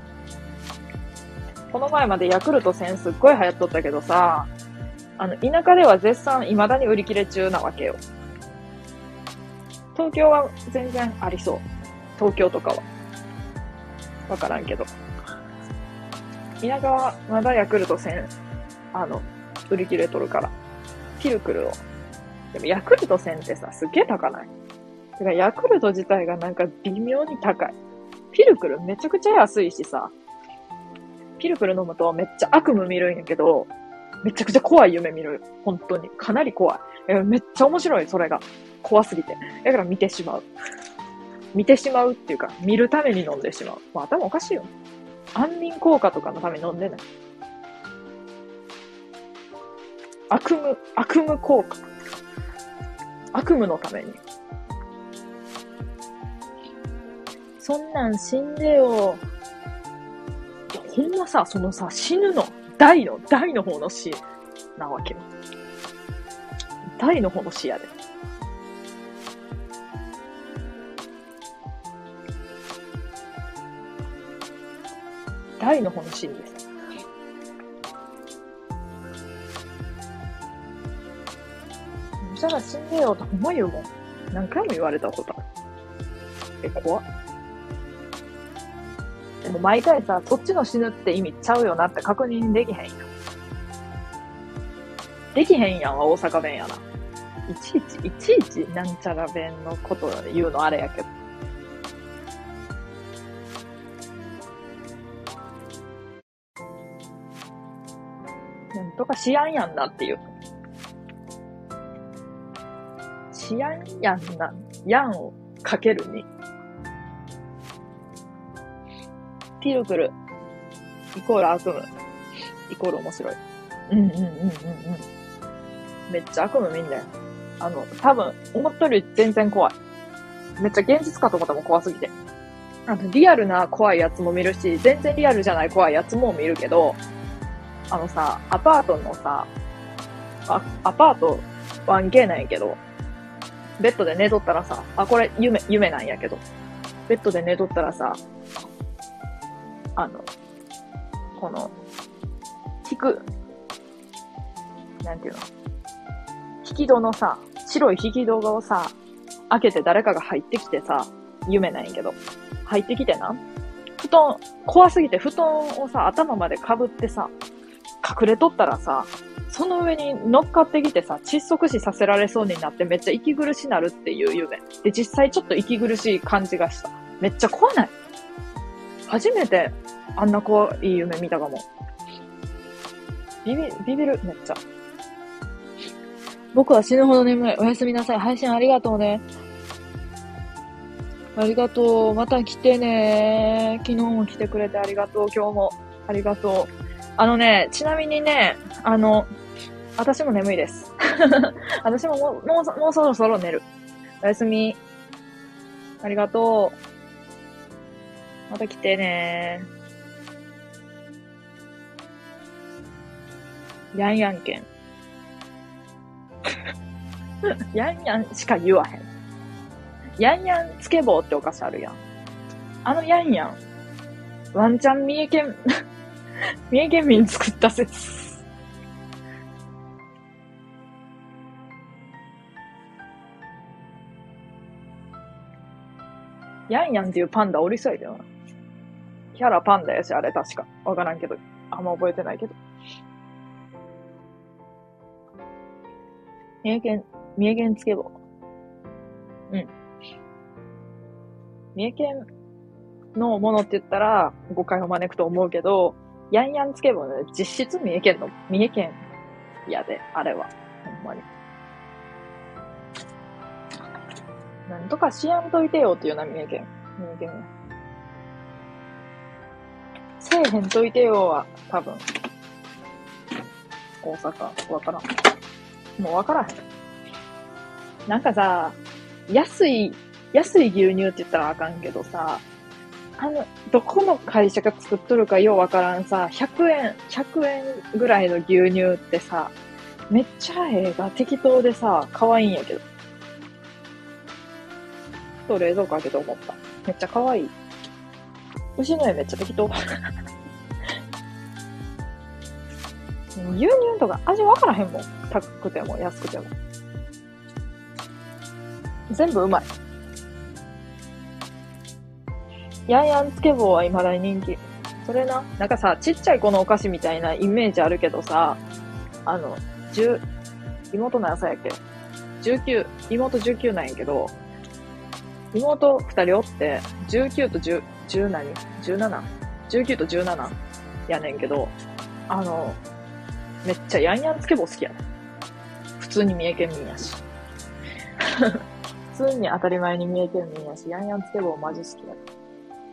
この前までヤクルトせんすっごい流行っとったけどさ、あの、田舎では絶賛未だに売り切れ中なわけよ。東京は全然ありそう。東京とかは。わからんけど。田舎はまだヤクルトせん、あの、売り切れとるから。ピルクルを。でもヤクルトせんってさ、すっげえ高ない？てかヤクルト自体がなんか微妙に高い。ピルクルめちゃくちゃ安いしさ。ピルクル飲むとめっちゃ悪夢見るんやけど、めちゃくちゃ怖い夢見る。本当に。かなり怖い。めっちゃ面白い、それが。怖すぎて。だから見てしまう。見てしまうっていうか、見るために飲んでしまう。まあ頭おかしいよ。安眠効果とかのために飲んでない。悪夢、悪夢効果。悪夢のために。そんなん死んでよ。いや、ほんまさ、そのさ、死ぬの。大の、大の方の死なわけよ。大の方の死やで。大の方の死です。じゃあ死んでよと思うよ、もう。何回も言われたことある。え、怖っ。でも毎回さ、そっちの死ぬって意味ちゃうよなって確認できへんやん。できへんやんは大阪弁やな。いちいち、いちいちなんちゃら弁のこと言うのあれやけど。なんとかしやんやんなっていう。しやんやんな、やんをかけるに。ピルクル、イコール悪夢、イコール面白い。うんうんうんうんうん。めっちゃ悪夢見んだよ。あの、多分、思ったより全然怖い。めっちゃ現実かと思ったもん、怖すぎて。あの、リアルな怖いやつも見るし、全然リアルじゃない怖いやつも見るけど、あのさ、アパートのさ、あアパート ワンケー なんやけど、ベッドで寝とったらさ、あ、これ夢、夢なんやけど、ベッドで寝とったらさ、あの、この、引く、なんていうの、引き戸のさ、白い引き戸をさ、開けて誰かが入ってきてさ、夢なんやけど、入ってきてな、布団、怖すぎて布団をさ、頭まで被ってさ、隠れとったらさ、その上に乗っかってきてさ、窒息死させられそうになってめっちゃ息苦しなるっていう夢。で、実際ちょっと息苦しい感じがした。めっちゃ怖ない？初めてあんな怖い夢見たかも。ビビ、ビビる、めっちゃ。僕は死ぬほど眠い。おやすみなさい。配信ありがとうね。ありがとう。また来てね。昨日も来てくれてありがとう。今日もありがとう。あのね、ちなみにね、あの、私も眠いです。私ももう、もう、もうそろそろ寝る。おやすみ。ありがとう。また来てね。やんやんけん。やんやんしか言わへん。やんやんつけ棒ってお菓子あるやん。あのやんやん。ワンチャン三重県、三重県民作った説。ヤンヤンっていうパンダおりそうやけどな。キャラパンダやし、あれ確か。わからんけど。あんま覚えてないけど。 三重県、三重県つけ棒。うん。三重県のものって言ったら誤解を招くと思うけど、ヤンヤンつけ棒ね、実質三重県の、三重県やで、あれは。ほんまに。なんとかしやんといてよっていうな、三重県。三重県。せえへんといてよは、多分。大阪、わからん。もうわからへん。なんかさ、安い、安い牛乳って言ったらあかんけどさ、あの、どこの会社が作っとるかようわからんさ、ひゃくえん、ひゃくえんぐらいの牛乳ってさ、めっちゃええが適当でさ、可愛いんやけど。と冷蔵庫開けて思った。めっちゃ可愛い。牛の絵めっちゃ適当。牛乳とか味わからへんもん。高くても安くても。全部うまい。ヤンヤンつけ棒は未だに人気。それな、なんかさ、ちっちゃい子のお菓子みたいなイメージあるけどさ、あの、十、妹何歳やっけ ?じゅうきゅう、妹じゅうきゅうなんやけど、妹二人おって、じゅうきゅうとじゅう、じゅう何 ?じゅうなな? じゅうきゅうとじゅうななやねんけど、あの、めっちゃヤンヤンつけ棒好きやねん。普通に三重県民やし。普通に当たり前に三重県民やし、ヤンヤンつけ棒マジ好きやねん。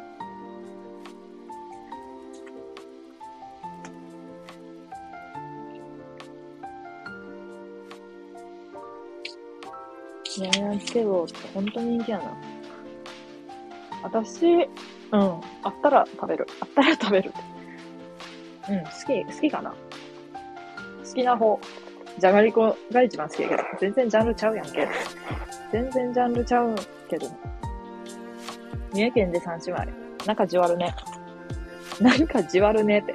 ヤンヤンつけ棒って本当に人気やな。私、うん、あったら食べる。あったら食べる。うん、好き、好きかな。好きな方。じゃがりこが一番好きやけど。全然ジャンルちゃうやんけ。全然ジャンルちゃうけど。三重県で三姉妹。なんかじわるね。なんかじわるねって。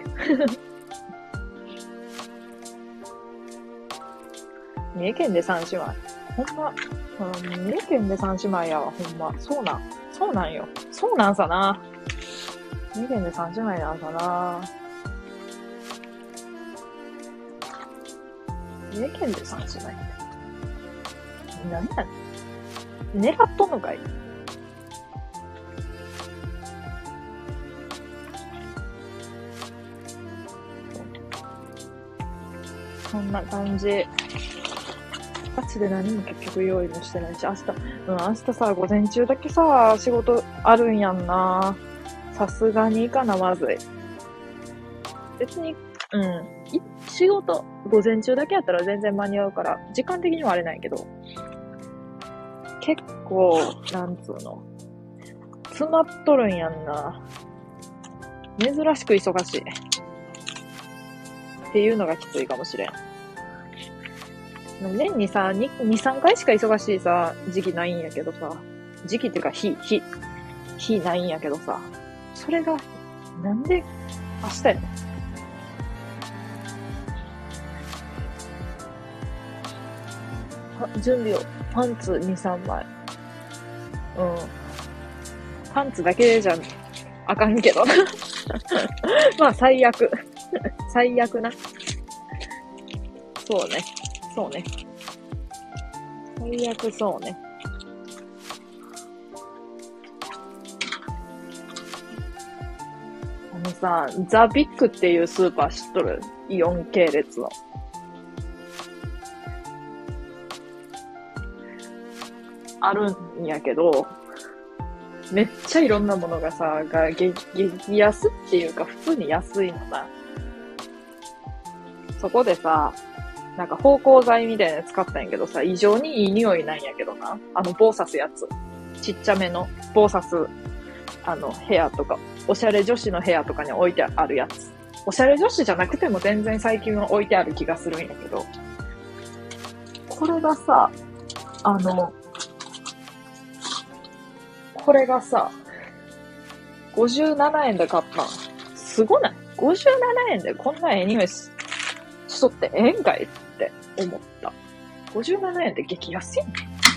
三重県で三姉妹。ほんま、うん、三重県で三姉妹やわ、ほんま。そうなん。そうなんよ。そうなんさな。三重県で三姉妹なんさな。三重県で三姉妹って。何やねん。狙っとんのかい。そんな感じ。ガチで何も結局用意もしてないし、明日、うん、明日さ、午前中だけさ、仕事あるんやんな。さすがにいいかな、まずい。別に、うん、仕事、午前中だけやったら全然間に合うから、時間的にはあれないけど、結構、なんつうの、詰まっとるんやんな。珍しく忙しい。っていうのがきついかもしれん。年にさ、に、さんかいしか忙しいさ、時期ないんやけどさ、時期っていうか日、日、日ないんやけどさ、それが、なんで、明日やねん。準備を、パンツに、さんまい。うん。パンツだけじゃ、あかんけど。まあ、最悪。最悪な。そうね。そうね。最悪そうね。あのさ、ザ・ビッグっていうスーパー知っとる？イオン系列の。あるんやけど、めっちゃいろんなものがさ、が激安っていうか普通に安いのな。そこでさ、なんか芳香剤みたいなの使ったんやけどさ、異常にいい匂いなんやけどな。あの、棒刺すやつ。ちっちゃめの棒刺す、あの、部屋とか、おしゃれ女子の部屋とかに置いてあるやつ。おしゃれ女子じゃなくても全然最近は置いてある気がするんやけど。これがさ、あの、これがさ、ごじゅうななえんで買ったん。すごない？ ごじゅうなな 円でこんなええ匂いしとってええんかいって思った。ごじゅうななえんって激安やん。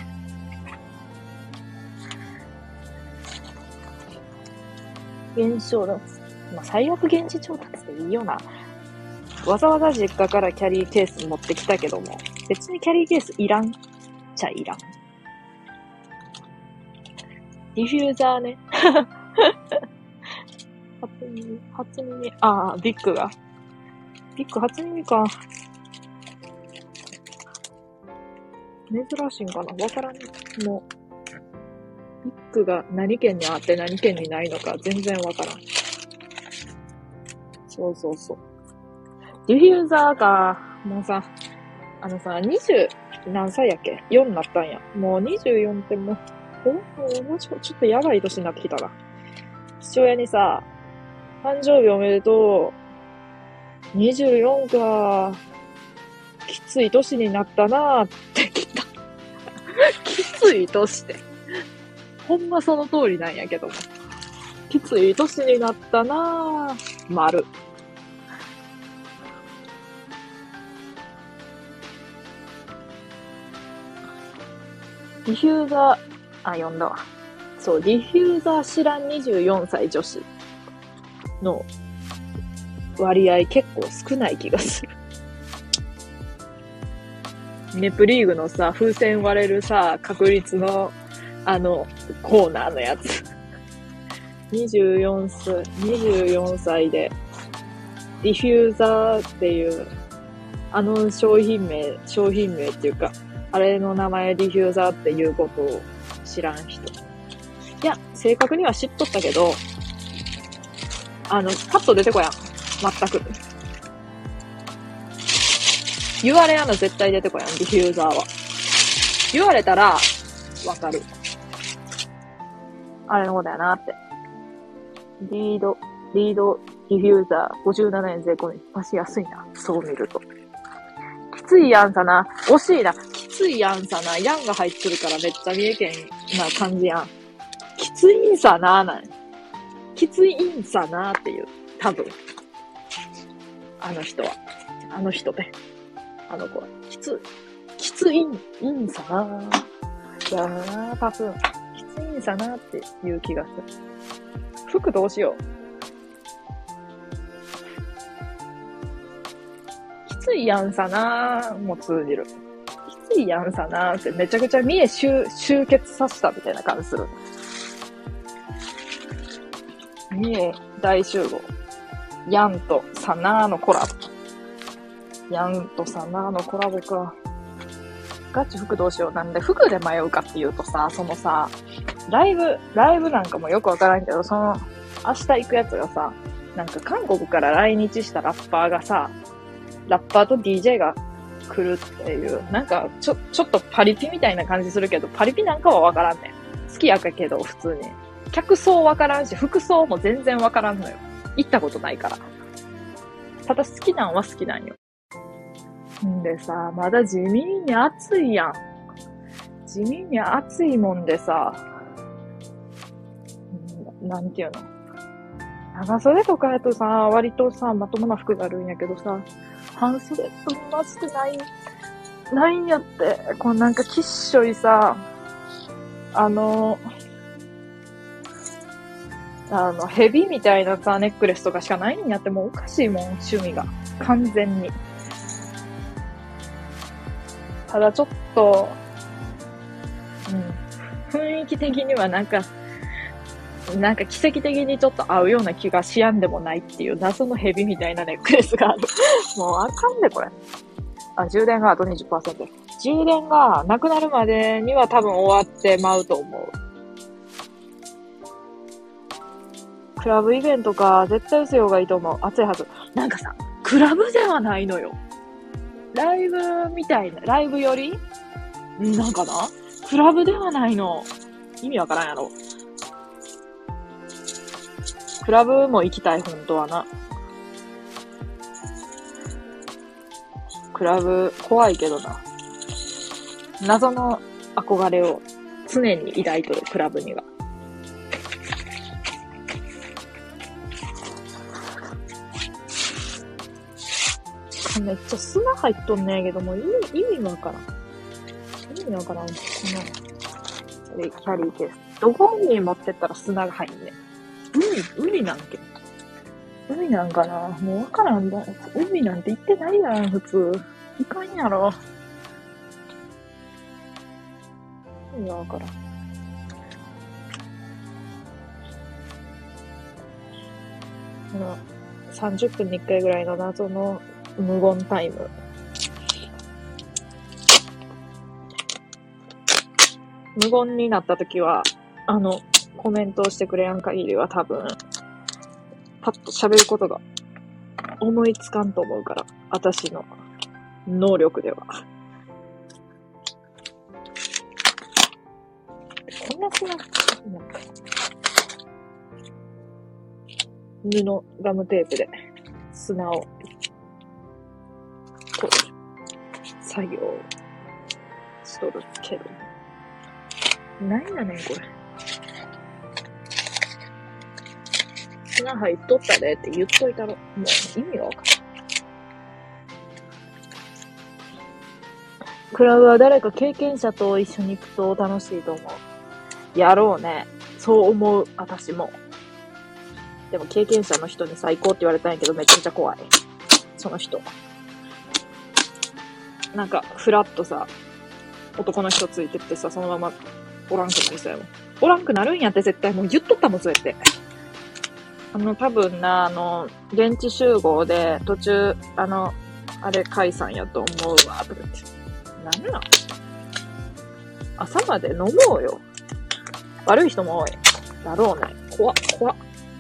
現状だ。まあ、最悪現地調達でいいよな。わざわざ実家からキャリーケース持ってきたけども。 別にキャリーケースいらんちゃいらん。ディフューザーね。初耳、初耳、ああ、ビッグが。ビッグ初耳か。珍しいんかなわからん。もう、ビッグが何県にあって何県にないのか全然わからん。そうそうそう。ディフューザーか。もうさ、あのさ、にじゅう何歳やっけ ?よん になったんや。もうにじゅうよんってもう、おもうちょ、ちょっとやばい年になってきたな。父親にさ、誕生日おめでとう。にじゅうよんか。きつい年になったなーって来た。きつい年って。ほんまその通りなんやけども。きつい年になったなー。丸。ディフューザー、あ、読んだわ。そう、ディフューザー知らんにじゅうよんさい女子の割合結構少ない気がする。ネプリーグのさ、風船割れるさ、確率の、あの、コーナーのやつ。にじゅうよんさい、にじゅうよんさいで、ディフューザーっていう、あの商品名、商品名っていうか、あれの名前ディフューザーっていうことを知らん人。いや、正確には知っとったけど、あの、パッと出てこやん。全く。言われやんの絶対出てこやん、ディフューザーは。言われたら、わかる。あれのことやなって。リード、リード、ディフューザー、ごじゅうななえん税込み。足し安いな。そう見ると。きついやんさな。惜しいな。きついやんさな。やんが入ってるからめっちゃ三重県な感じやん。きついんさなーなん。きついんさなーっていう。多分。あの人は。あの人で。あの子は。きつ、きついん、いんさなー。いやー、多分。きついんさなーっていう気がする。服どうしよう。きついやんさなーも通じる。きついやんさなーってめちゃくちゃ三重集、集結させたみたいな感じする。三重大集合。やんとさなーのコラボ。やんとさなーのコラボか。ガチ服どうしよう。なんで服で迷うかっていうとさ、そのさ、ライブ、ライブなんかもよくわからんけど、その、明日行くやつがさ、なんか韓国から来日したラッパーがさ、ラッパーと ディージェー が来るっていう、なんかちょ、ちょっとパリピみたいな感じするけど、パリピなんかはわからんねん。好きやかけど、普通に。客層わからんし、服装も全然わからんのよ。行ったことないから。ただ好きなんは好きなんよ。んでさ、まだ地味に暑いやん。地味に暑いもんでさ、なんていうの。長袖とかやとさ、割とさ、まともな服があるんやけどさ、半袖とマジでない、ないんやって。こうなんかきっしょいさ、あの、あの、ヘビみたいなさ、ネックレスとかしかないんやって、もうおかしいもん、趣味が。完全に。ただちょっと、うん、雰囲気的にはなんか、なんか奇跡的にちょっと合うような気がしやんでもないっていう謎のヘビみたいなネックレスがある。もうあかんで、これ。あ、充電があと にじゅっパーセント。充電がなくなるまでには多分終わってまうと思う。クラブイベントか、絶対薄い方がいいと思う。暑いはず。なんかさ、クラブではないのよ。ライブみたいな、ライブよりなんかなクラブではないの。意味わからんやろ。クラブも行きたい、本当はな。クラブ、怖いけどな。謎の憧れを常に抱いとる、クラブには。めっちゃ砂入っとんねんけども、意味、意味わからん。意味わからん。この、キャリーケース。どこに持ってったら砂が入んねん。海、海なんけ。海なんかなもうわからんだ。海なんて行ってないやん、普通。いかんやろ。 意味がわからん。このさんじゅっぷんにいっかいぐらいの謎の無言タイム。無言になったときは、あの、コメントをしてくれやん限りは多分、パッと喋ることが思いつかんと思うから、私の能力では。こんな砂、なんか、布、ガムテープで砂を取る作業をしとるけど。何やねん、これ。砂入っとったでって言っといたろ。もう意味がわかんない。クラブは誰か経験者と一緒に行くと楽しいと思う。やろうね。そう思う、私も。でも経験者の人に最高って言われたんやけど、めちゃめちゃ怖い。その人。なんか、ふらっとさ、男の人ついてってさ、そのままおらんくなりそうやもん。おらんくなるんやって絶対もう言っとったもん、そうやって。あの、多分な、あの、現地集合で途中、あの、あれ解散やと思うわ、とか言って。なんなん？朝まで飲もうよ。悪い人も多い。だろうね。怖っ、怖っ。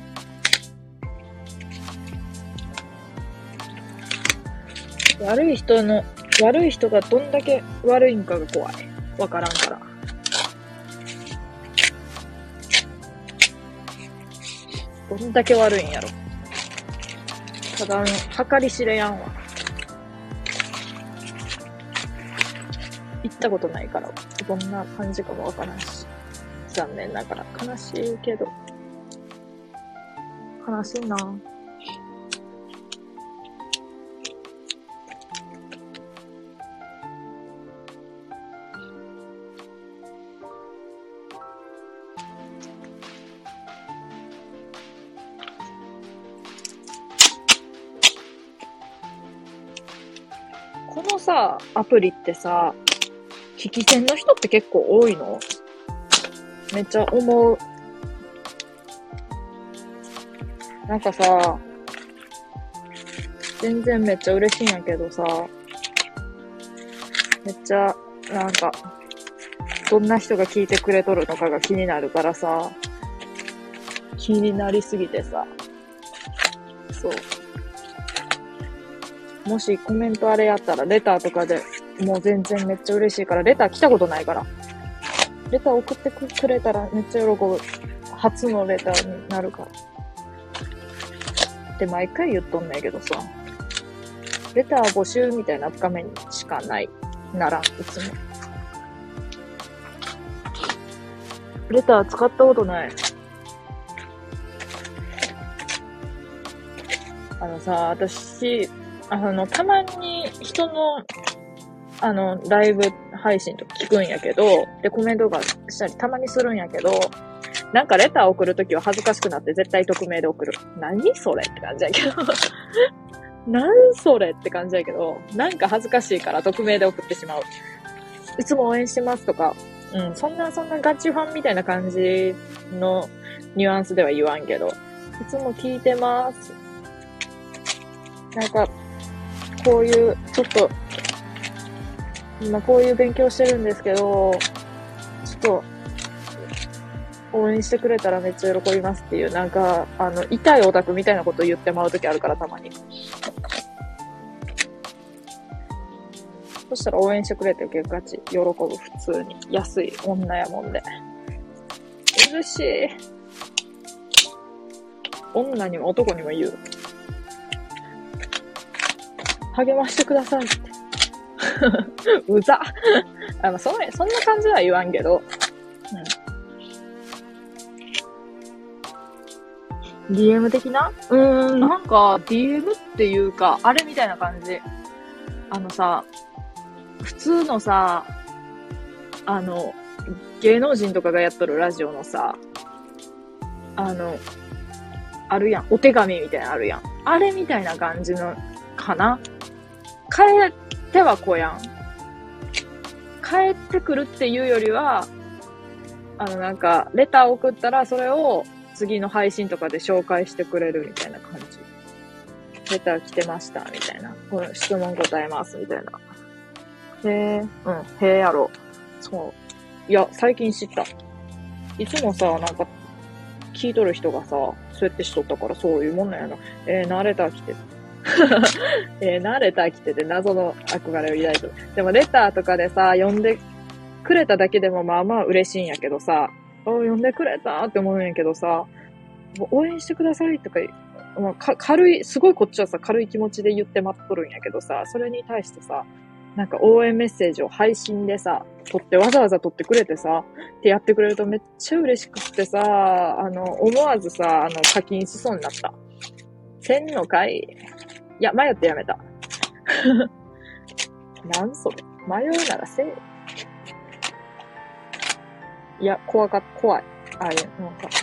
悪い人の、悪い人がどんだけ悪いんかが怖い。わからんから。どんだけ悪いんやろ。ただ、あの、計り知れやんわ。行ったことないから、どんな感じかもわからんし。残念ながら。悲しいけど。悲しいな。このさ、アプリってさ、聞き戦の人って結構多いの？めっちゃ思う。なんかさ、全然めっちゃ嬉しいんやけどさ、めっちゃ、なんか、どんな人が聞いてくれとるのかが気になるからさ、気になりすぎてさ、そう。もしコメントあれやったら、レターとかでもう全然めっちゃ嬉しいから、レター来たことないから。レター送ってくれたらめっちゃ喜ぶ。初のレターになるから。って毎回言っとんねんけどさ、レター募集みたいな画面しかない。ならん、いつも。レター使ったことない。あのさ、私、あの、たまに人の、あの、ライブ配信とか聞くんやけど、で、コメントがしたりたまにするんやけど、なんかレター送るときは恥ずかしくなって絶対匿名で送る。何それって感じやけど。何それって感じやけど、なんか恥ずかしいから匿名で送ってしまう。いつも応援してますとか、うん、そんな、そんなガチファンみたいな感じのニュアンスでは言わんけど、いつも聞いてます。なんか、こういう、ちょっと、今こういう勉強してるんですけど、ちょっと、応援してくれたらめっちゃ喜びますっていう、なんか、あの、痛いオタクみたいなこと言ってまうときあるから、たまに。そしたら応援してくれてガチ、喜ぶ、普通に。安い女やもんで。嬉しい。女にも男にも言う。励ましてくださいって。うざ。あの、そんな、そんな感じは言わんけど。うん。ディーエム 的な？うーん、なんか、ディーエム っていうか、あれみたいな感じ。あのさ、普通のさ、あの、芸能人とかがやっとるラジオのさ、あの、あるやん。お手紙みたいなのあるやん。あれみたいな感じの、かな？帰ってはこやん。帰ってくるっていうよりは、 あの、なんか、レター送ったら、それを次の配信とかで紹介してくれるみたいな感じ。レター来てました、みたいな。この質問答えます、みたいな。へえ、うん、へえやろ。そう。いや、最近知った。いつもさ、なんか、聞いとる人がさ、そうやってしとったから、そういうもんなんやな。えー、な、レター来て。えー、な、レター来てて謎の憧れを抱いてる。でも、レターとかでさ、読んでくれただけでもまあまあ嬉しいんやけどさ、お読んでくれたって思うんやけどさ、応援してくださいとか、まあ、か軽い、すごいこっちはさ、軽い気持ちで言って待っとるんやけどさ、それに対してさ、なんか応援メッセージを配信でさ、撮ってわざわざ撮ってくれてさ、ってやってくれるとめっちゃ嬉しくってさ、あの、思わずさ、あの、課金しそうになった。せんのかい？いや、迷ってやめた。なんそれ。迷うならせえ。いや、怖かった、怖い。あ、いや、なんか。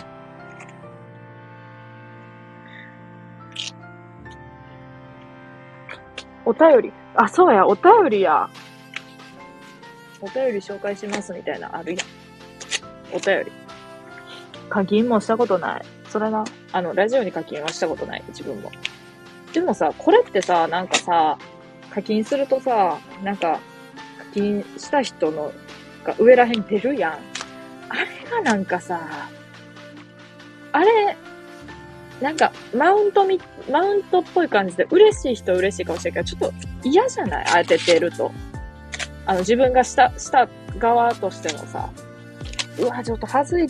お便り。あ、そうや、お便りや。お便り紹介しますみたいな、あるやん。お便り。課金もしたことない。それな。あの、ラジオに課金はしたことない。自分も。でもさ、これってさ、なんかさ、課金するとさ、なんか、課金した人のが上らへん出るやん。あれがなんかさ、あれ、なんか、マウントみ、マウントっぽい感じで、嬉しい人は嬉しいかもしれないけど、ちょっと嫌じゃない？当ててると。あの、自分がした、した側としてもさ、うわ、ちょっとはずいって、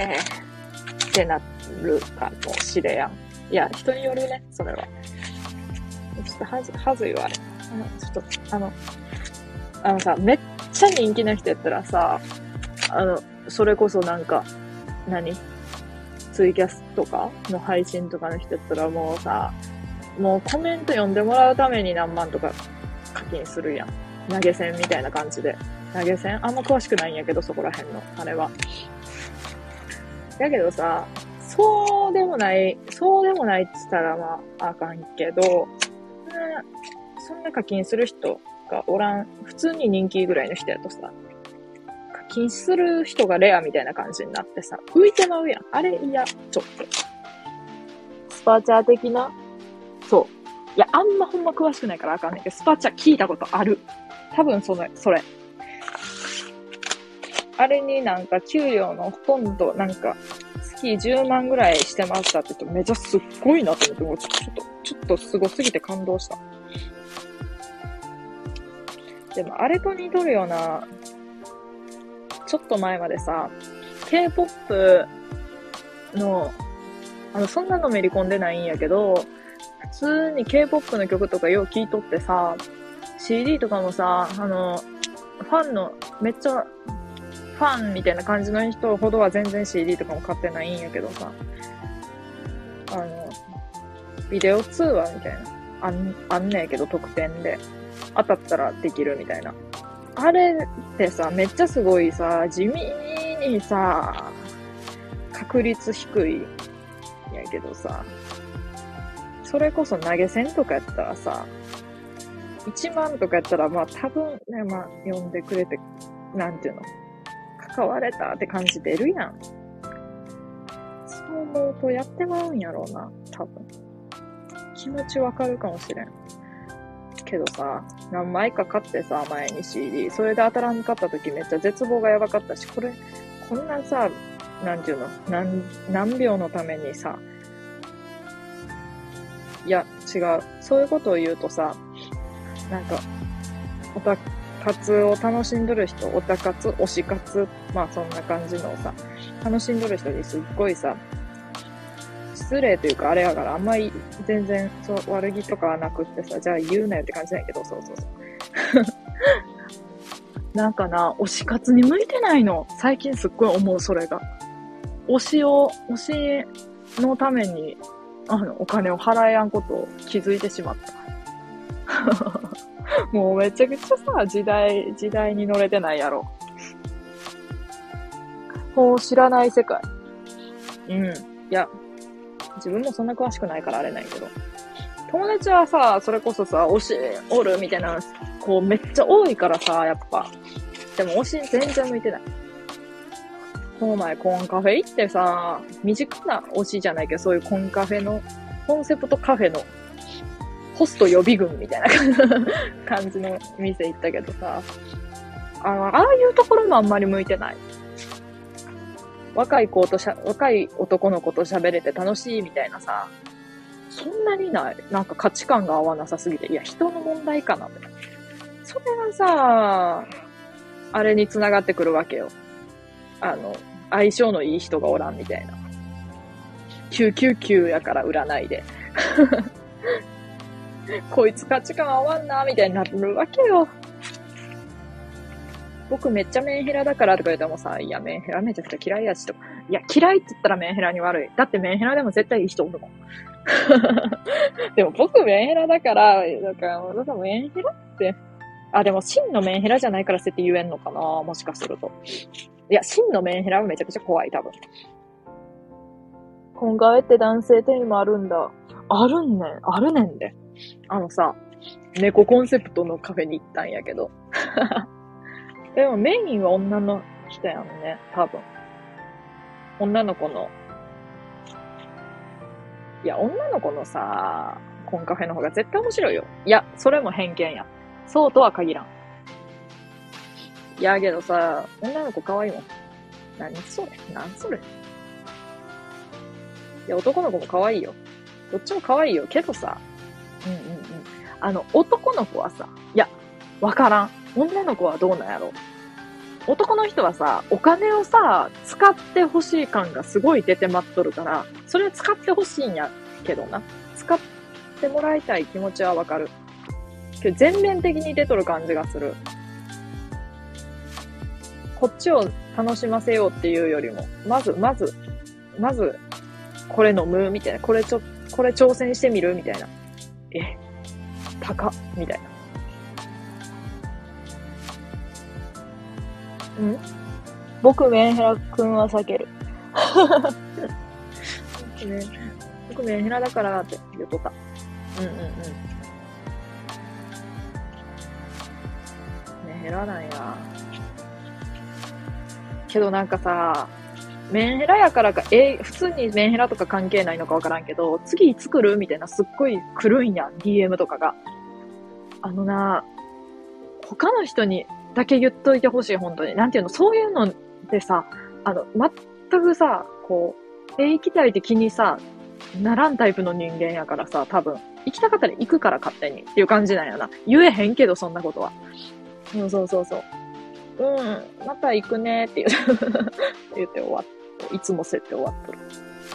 ってなるかもしれやん。いや、人によるね、それは。ちょっとはず、はずいわ、あれ。あの、ちょっと、あの、あのさ、めっちゃ人気な人やったらさ、あの、それこそなんか、何？ツイキャスとかの配信とかの人やったらもうさ、もうコメント読んでもらうために何万とか課金するやん。投げ銭みたいな感じで。投げ銭あんま詳しくないんやけど、そこら辺の、あれは。だけどさ、そうでもない、そうでもないって言ったらまあ、あかんけど、そんな課金する人がおらん、普通に人気ぐらいの人やとさ、課金する人がレアみたいな感じになってさ、浮いてまうやん。あれ嫌、ちょっと。スパチャ的なそう。いや、あんまほんま詳しくないからあかんねんけど、スパチャ聞いたことある。多分その、それ。あれになんか給料のほとんど、なんか、月じゅうまんぐらいしてましたって言うとめちゃすっごいなと思って、もうちょっと、ちょっとすごすぎて感動した。でも、あれと似とるような、ちょっと前までさ、K-ポップ の、あの、そんなのめり込んでないんやけど、普通に K-ポップ の曲とかよう聴いとってさ、シーディー とかもさ、あの、ファンの、めっちゃ、ファンみたいな感じの人ほどは全然 シーディー とかも買ってないんやけどさ、あの、ビデオ通話みたいな、あん、あんねんけど特典で、当たったらできるみたいな。あれってさ、めっちゃすごいさ、地味にさ、確率低いんやけどさ、それこそ投げ銭とかやったらさ、いちまんとかやったらまあ多分ね、まあ呼んでくれて、なんていうの、関われたって感じ出るやん。そう思うとやってまうんやろうな、多分。気持ちわかるかもしれん。けどさ、何枚か買ってさ、前に シーディー。それで当たらんかった時めっちゃ絶望がやばかったし、これ、こんなさ、なんていうの、何、何秒のためにさ、いや、違う。そういうことを言うとさ、なんか、オタ活を楽しんどる人、オタ活、推し活、まあそんな感じのさ、楽しんどる人にすっごいさ、失礼というかあれやからあんまり全然そう悪気とかはなくってさ、じゃあ言うなよって感じなんやけど、そうそうそう。なんかな、推し活に向いてないの。最近すっごい思う、それが。推しを、推しのために、あの、お金を払えやんことを気づいてしまった。もうめちゃくちゃさ、時代、時代に乗れてないやろ。もう知らない世界。うん。いや、自分もそんな詳しくないからあれないけど。友達はさ、それこそさ、推しおるみたいな、こうめっちゃ多いからさ、やっぱ。でも推し全然向いてない。 この前コンカフェ行ってさ、身近な推しじゃないけど、そういうコンカフェの、コンセプトカフェのホスト予備軍みたいな感じの店行ったけどさ、あの、ああいうところもあんまり向いてない。若い子としゃ、若い男の子と喋れて楽しいみたいなさ、そんなにない。なんか価値観が合わなさすぎて、いや、人の問題かなって。それがさ、あれに繋がってくるわけよ。あの、相性のいい人がおらんみたいな。きゅうきゅうきゅうやから占いで。こいつ価値観合わんな、みたいになるわけよ。僕めっちゃメンヘラだからとか言ってもさ、いや、メンヘラめちゃくちゃ嫌いやしとか。いや、嫌いって言ったらメンヘラに悪い。だってメンヘラでも絶対いい人おるもん。でも僕メンヘラだから、だから、だからメンヘラって、あ、でも真のメンヘラじゃないからそうやって言えんのかな、もしかすると。いや、真のメンヘラはめちゃくちゃ怖い、多分。コンカフェって男性店員もあるんだ。あるんねん、あるねんで。あのさ、猫コンセプトのカフェに行ったんやけど。でもメインは女の人やんね、多分。女の子の。いや、女の子のさ、コンカフェの方が絶対面白いよ。いや、それも偏見や。そうとは限らん。いや、けどさ、女の子可愛いもん。何それ何それいや、男の子も可愛いよ。どっちも可愛いよ。けどさ、うんうんうん。あの、男の子はさ、いや、わからん。女の子はどうなんやろ。男の人はさ、お金をさ、使ってほしい感がすごい出てまっとるから、それ使ってほしいんやけどな。使ってもらいたい気持ちはわかる。けど全面的に出とる感じがする。こっちを楽しませようっていうよりも、まず、まず、まず、これ飲むみたいな。これちょ、これ挑戦してみるみたいな。え、高っみたいな。ん僕メンヘラ君は避ける。僕ね、僕メンヘラだからって言っとった。うんうんうん。メンヘラなんや。けどなんかさ、メンヘラやからか、え、普通にメンヘラとか関係ないのかわからんけど、次いつ来るみたいなすっごい来るんや、ディーエム とかが。あのな、他の人にだけ言っといてほしい、本当に。なんていうの、そういうのでさ、あの、全くさ、こう、え、行きたいって気にさ、ならんタイプの人間やからさ、多分、行きたかったら行くから勝手にっていう感じなんやな。言えへんけど、そんなことは。うん、そうそうそう。うん、また行くねって言う言って終わっいつも設定終わっとる。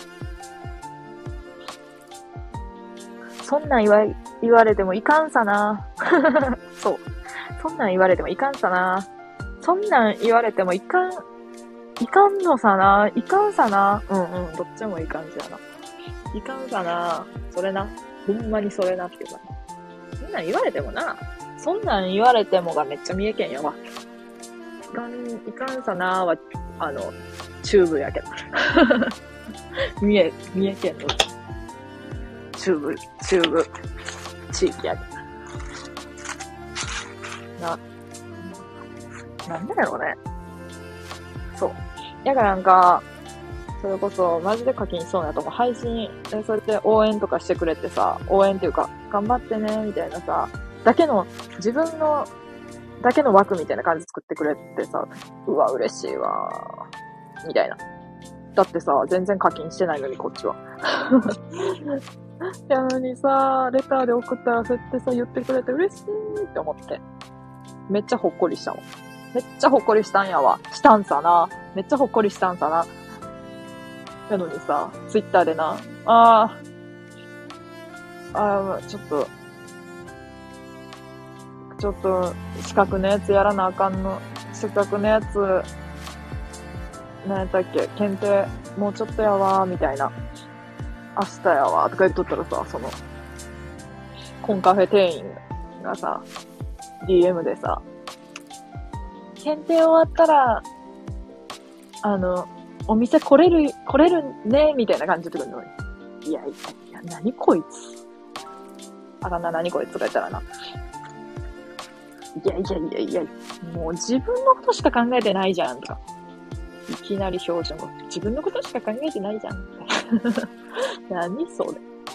そんなん言わ、言われてもいかんさな。そう。そんなん言われてもいかんさな。そんなん言われてもいかん、いかんのさな。いかんさな。うんうん、どっちもいい感じやな。いかんさな。それな。ほんまにそれなっていうか。そんなん言われてもな。そんなん言われてもがめっちゃ三重県やわ。いかん、いかんさなは、あの、中部やけど。三重、三重県の中部、中部地域やけど。な、なんでやろうね。そう。やからなんか、それこそ、マジで課金しそうなとこ、配信、それで応援とかしてくれてさ、応援っていうか、頑張ってね、みたいなさ、だけの、自分の、だけの枠みたいな感じ作ってくれてさ、うわ、嬉しいわ、みたいな。だってさ、全然課金してないのに、こっちは。やのにさ、レターで送ったら、そうやってさ、言ってくれて嬉しいって思って。めっちゃほっこりしたもん。めっちゃほっこりしたんやわ。したんさな。めっちゃほっこりしたんさな。やのにさ、ツイッターでな、あー、あー、ちょっと、ちょっと、資格のやつやらなあかんの。資格のやつ、何やったっけ、検定、もうちょっとやわー、みたいな。明日やわー、とか言っとったらさ、その、コンカフェ店員がさ、ディーエム でさ、検定終わったら、あの、お店来れる、来れるね、みたいな感じで言ってくるのに。いや、いや、いや、何こいつ。あかんな、何こいつとか言ったらな。いやいやいやいや、もう自分のことしか考えてないじゃん、とか。 いきなり標準語。自分のことしか考えてないじゃん。何それ。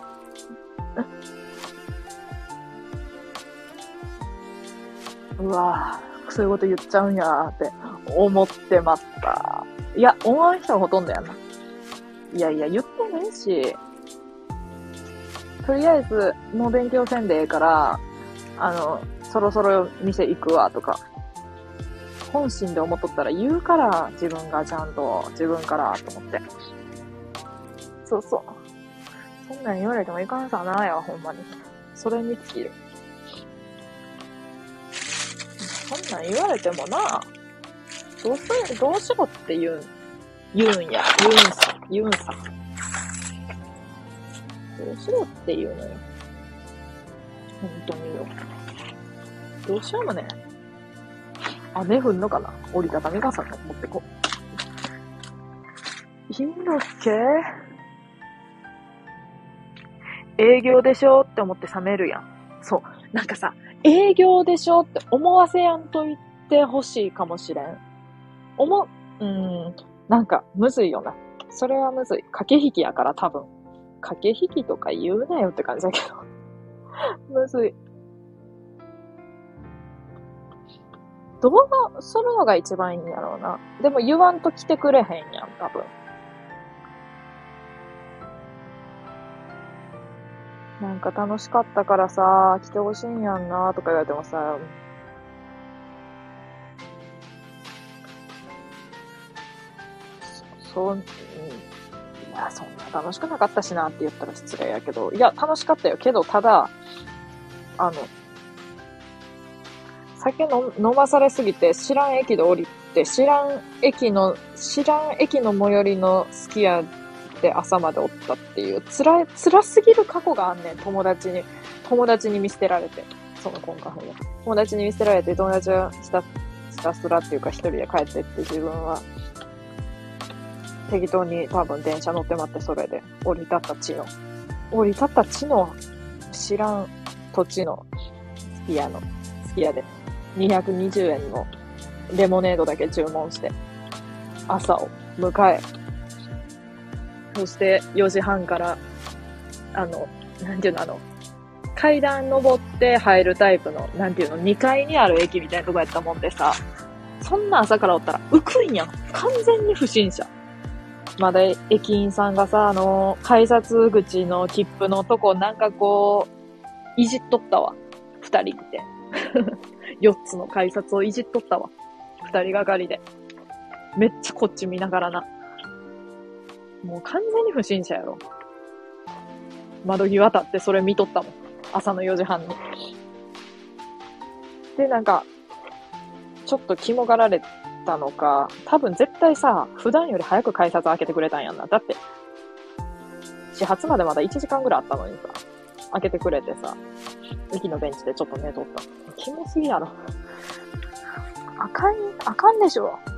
うわぁ、そういうこと言っちゃうんやーって思ってまった。いや、思わん人はほとんどやな。いやいや、言ってないし、とりあえず、もう勉強せんでええから、あの、そろそろ店行くわとか、本心で思っとったら言うから、自分がちゃんと、自分からと思って。そうそう。そんなん言われてもいかんさなよ、ほんまに。それに尽きる。そんなん言われてもな、どうせ、どうしろって言うん、言うんや、言うんさ、言うんさ。どうしろって言うのよ。本当によ。どうしようもね。雨降んのかな、折りたたみ傘持ってこ。いいのっけ、営業でしょって思って冷めるやん。そう。なんかさ、営業でしょって思わせやんと言ってほしいかもしれん。思、うーん、なんか、むずいよな。それはむずい。駆け引きやから多分。駆け引きとか言うなよって感じだけど。むずい。どうするのが一番いいんやろうな。でも言わんと来てくれへんやん、多分。なんか楽しかったからさ、来てほしいんやんなとか言われてもさ、そ、そう、うん、いや、そんな楽しくなかったしなって言ったら失礼やけど、いや、楽しかったよ。けど、ただ、あの、酒飲飲まされすぎて、知らん駅で降りて、知らん駅の、知らん駅の最寄りのすき家で朝までおったっていう、辛い、辛すぎる過去があんねん、友達に。友達に見捨てられて。そのコンカフェで。友達に見捨てられて、友達はひたひたすらっていうか一人で帰ってって自分は、適当に多分電車乗って待って、それで降り立った地の。降り立った地の知らん土地のすき家の、すき家でにひゃくにじゅうえんのレモネードだけ注文して、朝を迎え、そしてよじはんから、あの、なんていうの、あの、階段登って入るタイプの、なんていうの、にかいにある駅みたいなとこやったもんでさ、そんな朝からおったら浮くんやん。完全に不審者。まだ駅員さんがさ、あの、改札口の切符のとこなんかこう、いじっとったわ。二人で。四つの改札をいじっとったわ。二人がかりで。めっちゃこっち見ながらな。もう完全に不審者やろ。窓際立ってそれ見とったもん。朝のよじはんに。で、なんか、ちょっと肝がられたのか、多分絶対さ、普段より早く改札開けてくれたんやんな。だって、始発までまだいちじかんぐらいあったのにさ、開けてくれてさ、駅のベンチでちょっと寝とった。キモすぎやろ。あかん、あかんでしょ。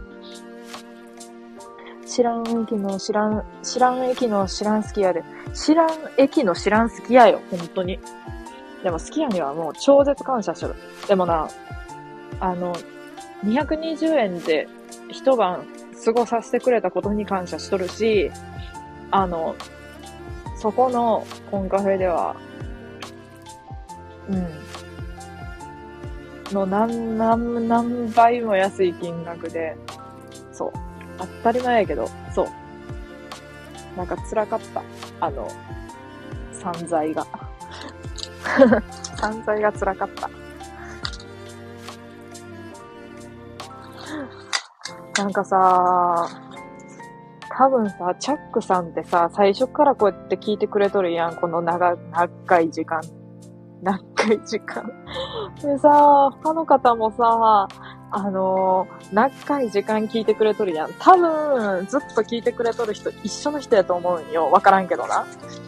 知らん駅の知らん、知らん駅の知らんすき家で、知らん駅の知らんすき家よ、本当に。でもすき家にはもう超絶感謝してる。でもな、あの、にひゃくにじゅうえんで一晩過ごさせてくれたことに感謝しとるし、あの、そこのコンカフェでは、うん。の何、何、何倍も安い金額で、そう。当たり前やけど、そう。なんか辛かった。あの、散財が。散財が辛かった。なんかさ、多分さ、チャックさんってさ、最初からこうやって聞いてくれとるやん。この長、長い時間。長い時間。でさ、他の方もさ、あのー、長い時間聞いてくれとるやん。多分、ずっと聞いてくれとる人、一緒の人やと思うんよ。わからんけどな。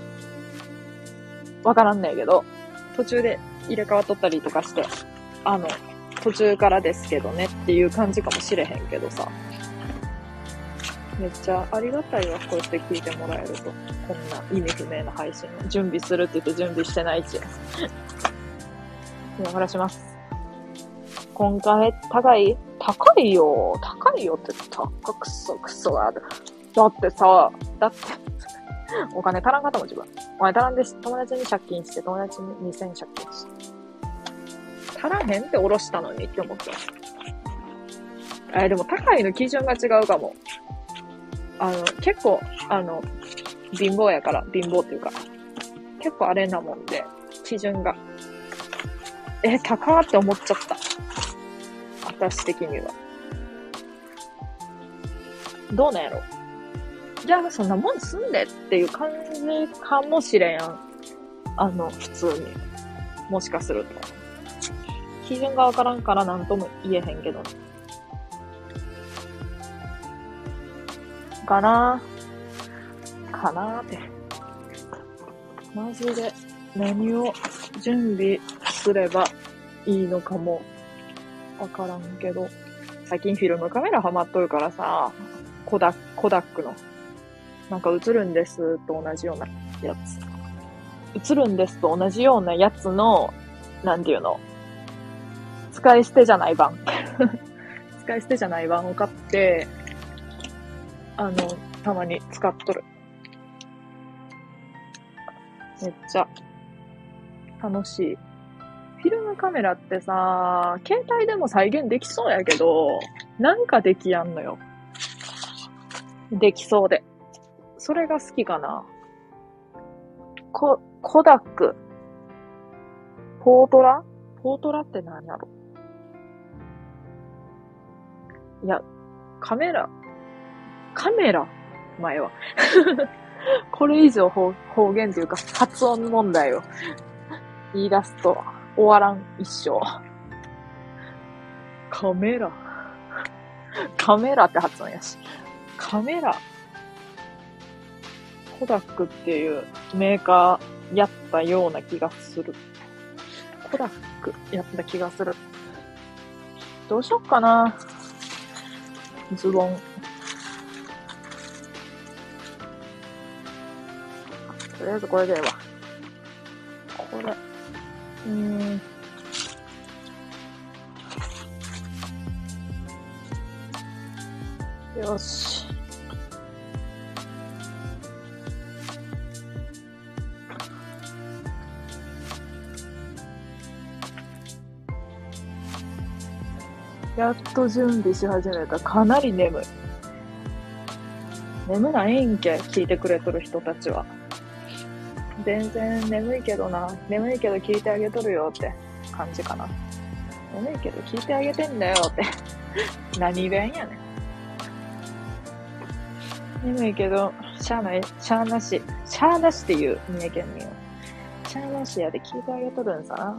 わからんねんけど、途中で入れ替わっとったりとかして、あの、途中からですけどねっていう感じかもしれへんけどさ。めっちゃありがたいわ、こうやって聞いてもらえると。こんな意味不明な配信を。準備するって言って準備してないし。今からします。コンカフェ高い高いよ。高いよって高くそくそだ。だってさ、だって、お金足らんかったもん、自分。お金足らんでし、友達に借金して、友達ににせん借金して。足らへんっておろしたのにって思った。え、でも高いの基準が違うかも。あの、結構、あの、貧乏やから、貧乏っていうか、結構あれなもんで、基準が。え、高ーって思っちゃった。私的には。どうなんやろ。じゃあ、そんなもん住んでっていう感じかもしれん。あの、普通に。もしかすると。基準がわからんからなんとも言えへんけど。かなかなーって。マジで何を準備すればいいのかもわからんけど。最近フィルムカメラハマっとるからさ、コダ、コダックの。なんか映るんですと同じようなやつ。映るんですと同じようなやつの、なんていうの。使い捨てじゃない版。使い捨てじゃない版を買って、あの、たまに使っとる。めっちゃ楽しい。フィルムカメラってさ、携帯でも再現できそうやけど、なんかできやんのよ。できそうで。それが好きかな。コ、コダック。ポートラポートラって何やろ。いや、カメラ。カメラ前は。これ以上方方言というか発音問題を言い出すと終わらん一生。カメラ。カメラって発音やし。カメラ。コダックっていうメーカーやったような気がする。コダックやった気がする。どうしよっかな。ズボン。とりあえずこれでええわ。これ。うーん。よし。やっと準備し始めた。かなり眠い。眠ないんけ、聞いてくれとる人たちは。全然眠いけどな。眠いけど聞いてあげとるよって感じかな。眠いけど聞いてあげてんだよって。何弁やねん。眠いけど、しゃあない、しゃあなし、しゃあなしっていう三重県民を。しゃあなしやで聞いてあげとるんさな。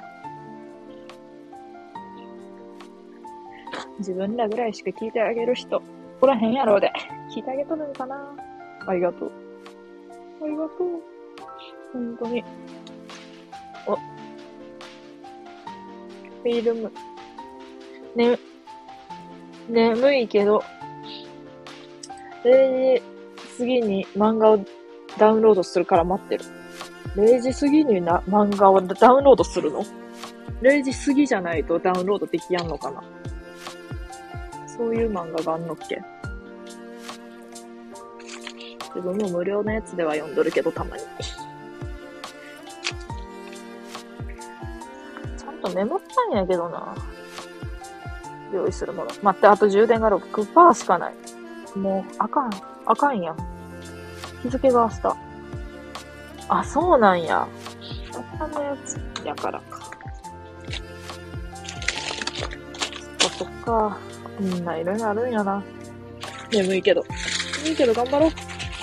自分らぐらいしか聞いてあげる人おらへんやろうで。聞いてあげとるんかな。ありがとう。ありがとう。本当に。お。フィルム。ね、眠いけど、れいじ過ぎに漫画をダウンロードするから待ってる。れいじ過ぎにな漫画をダウンロードするの？ れいじ過ぎじゃないとダウンロードできやんのかな？そういう漫画があんのっけ？自分も無料のやつでは読んどるけど、たまに。ちゃんとメモったんやけどな。用意するもの。待って、あと充電が ろくパーセント しかない。もう、あかん。あかんやん。日付が明日。あ、そうなんや。明日のやつやからか。そっかそっか。みんないろいろあるんやな。眠いけど。眠いけど頑張ろう。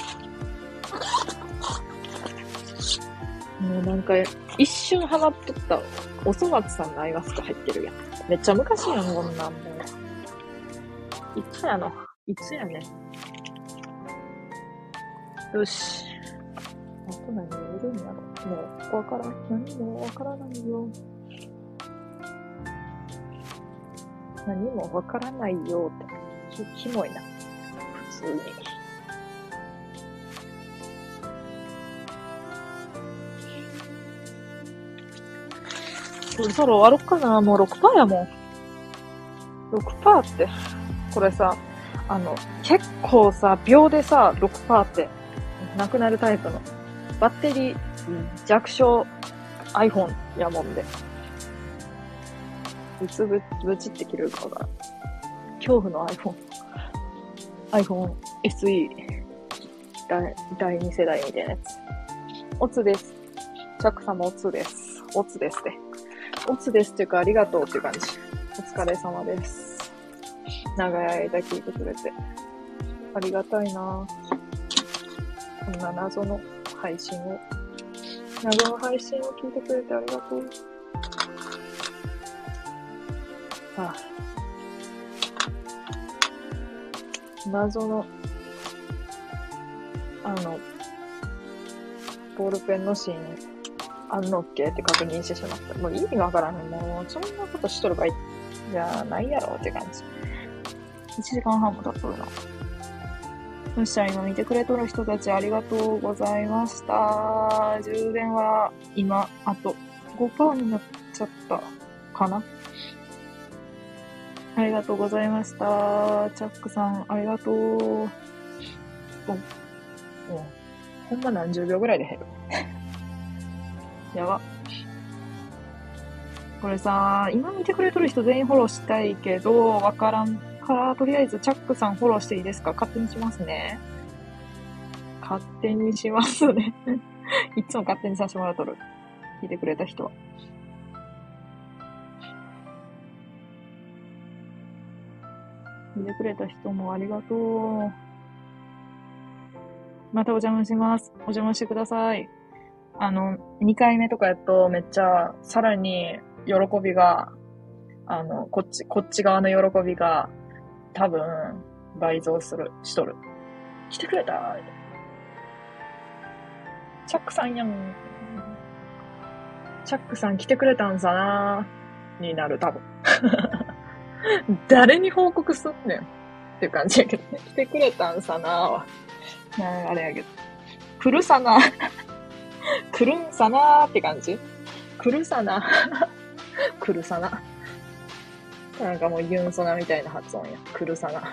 もうなんか、一瞬ハマっとった。おそ松さんのアイマスク入ってるやん。めっちゃ昔やん、こんなんもう。いつやのいつやねん。よし。あと何をいるんやろ。もう、わからん。何もわからないよ。何もわからないよって。き、キモいな。普通に。そろそろ終わろっかな。もう ろくパーセント やもん。 ろくパーセント って、これさ、あの、結構さ、秒でさ、ろくパーセントって、なくなるタイプの。バッテリー弱小 iPhone やもんで。ぶつぶ、ぶちって切れるかわからん。恐怖の iPhone。iPhone エスイー 第、第に世代みたいなやつ。オツです。チャックさんもオツです。オツですって。オツですっていうかありがとうっていう感じ。お疲れ様です。長い間聞いてくれて。ありがたいなこんな謎の配信を。謎の配信を聞いてくれてありがとう。ああ、謎の、あの、ボールペンのシーン、あんのっけって確認してしまった。もう意味がわからん。もう、そんなことしとる場合じゃないやろって感じ。いちじかんはんも経っとるな。そしたら今見てくれとる人たちありがとうございました。充電は今、あと ごパーセント になっちゃったかな。ありがとうございました。チャックさん、ありがとう。お、お、ほんま何十秒ぐらいで減る。やば。これさ、今見てくれとる人全員フォローしたいけど、わからんから、とりあえずチャックさんフォローしていいですか？勝手にしますね。勝手にしますね。いつも勝手にさせてもらっとる。聞いてくれた人は。聞いてくれた人もありがとう。またお邪魔します。お邪魔してください。あの、にかいめとかやとめっちゃ、さらに喜びが、あの、こっち、こっち側の喜びが、多分、倍増する、しとる。来てくれたーチャックさんやん。チャックさん来てくれたんさなーになる、多分。誰に報告すんねんっていう感じやけどね。来てくれたんさなーは。あれやけど。来るさなー。来るんさなーって感じ来るさなー。来るさな。なんかもうユンソナみたいな発音や。来るさな。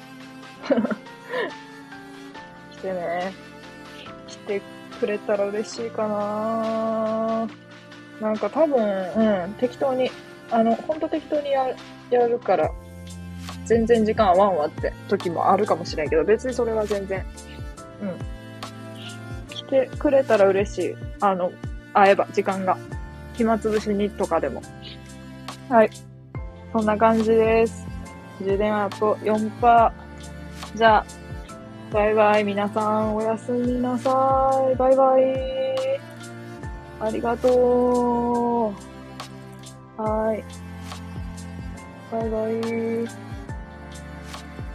来てね。来てくれたら嬉しいかな。なんか多分、うん、適当に、あの、ほんと適当にやる、やるから、全然時間合わんわって時もあるかもしれんけど、別にそれは全然、うん。来てくれたら嬉しい。あの、会えば、時間が。暇つぶしにとかでも。はい。そんな感じです。充電はあと よんパーセント。じゃあ、バイバイ。皆さん、おやすみなさい。バイバイ。ありがとう。はい。バイバイ。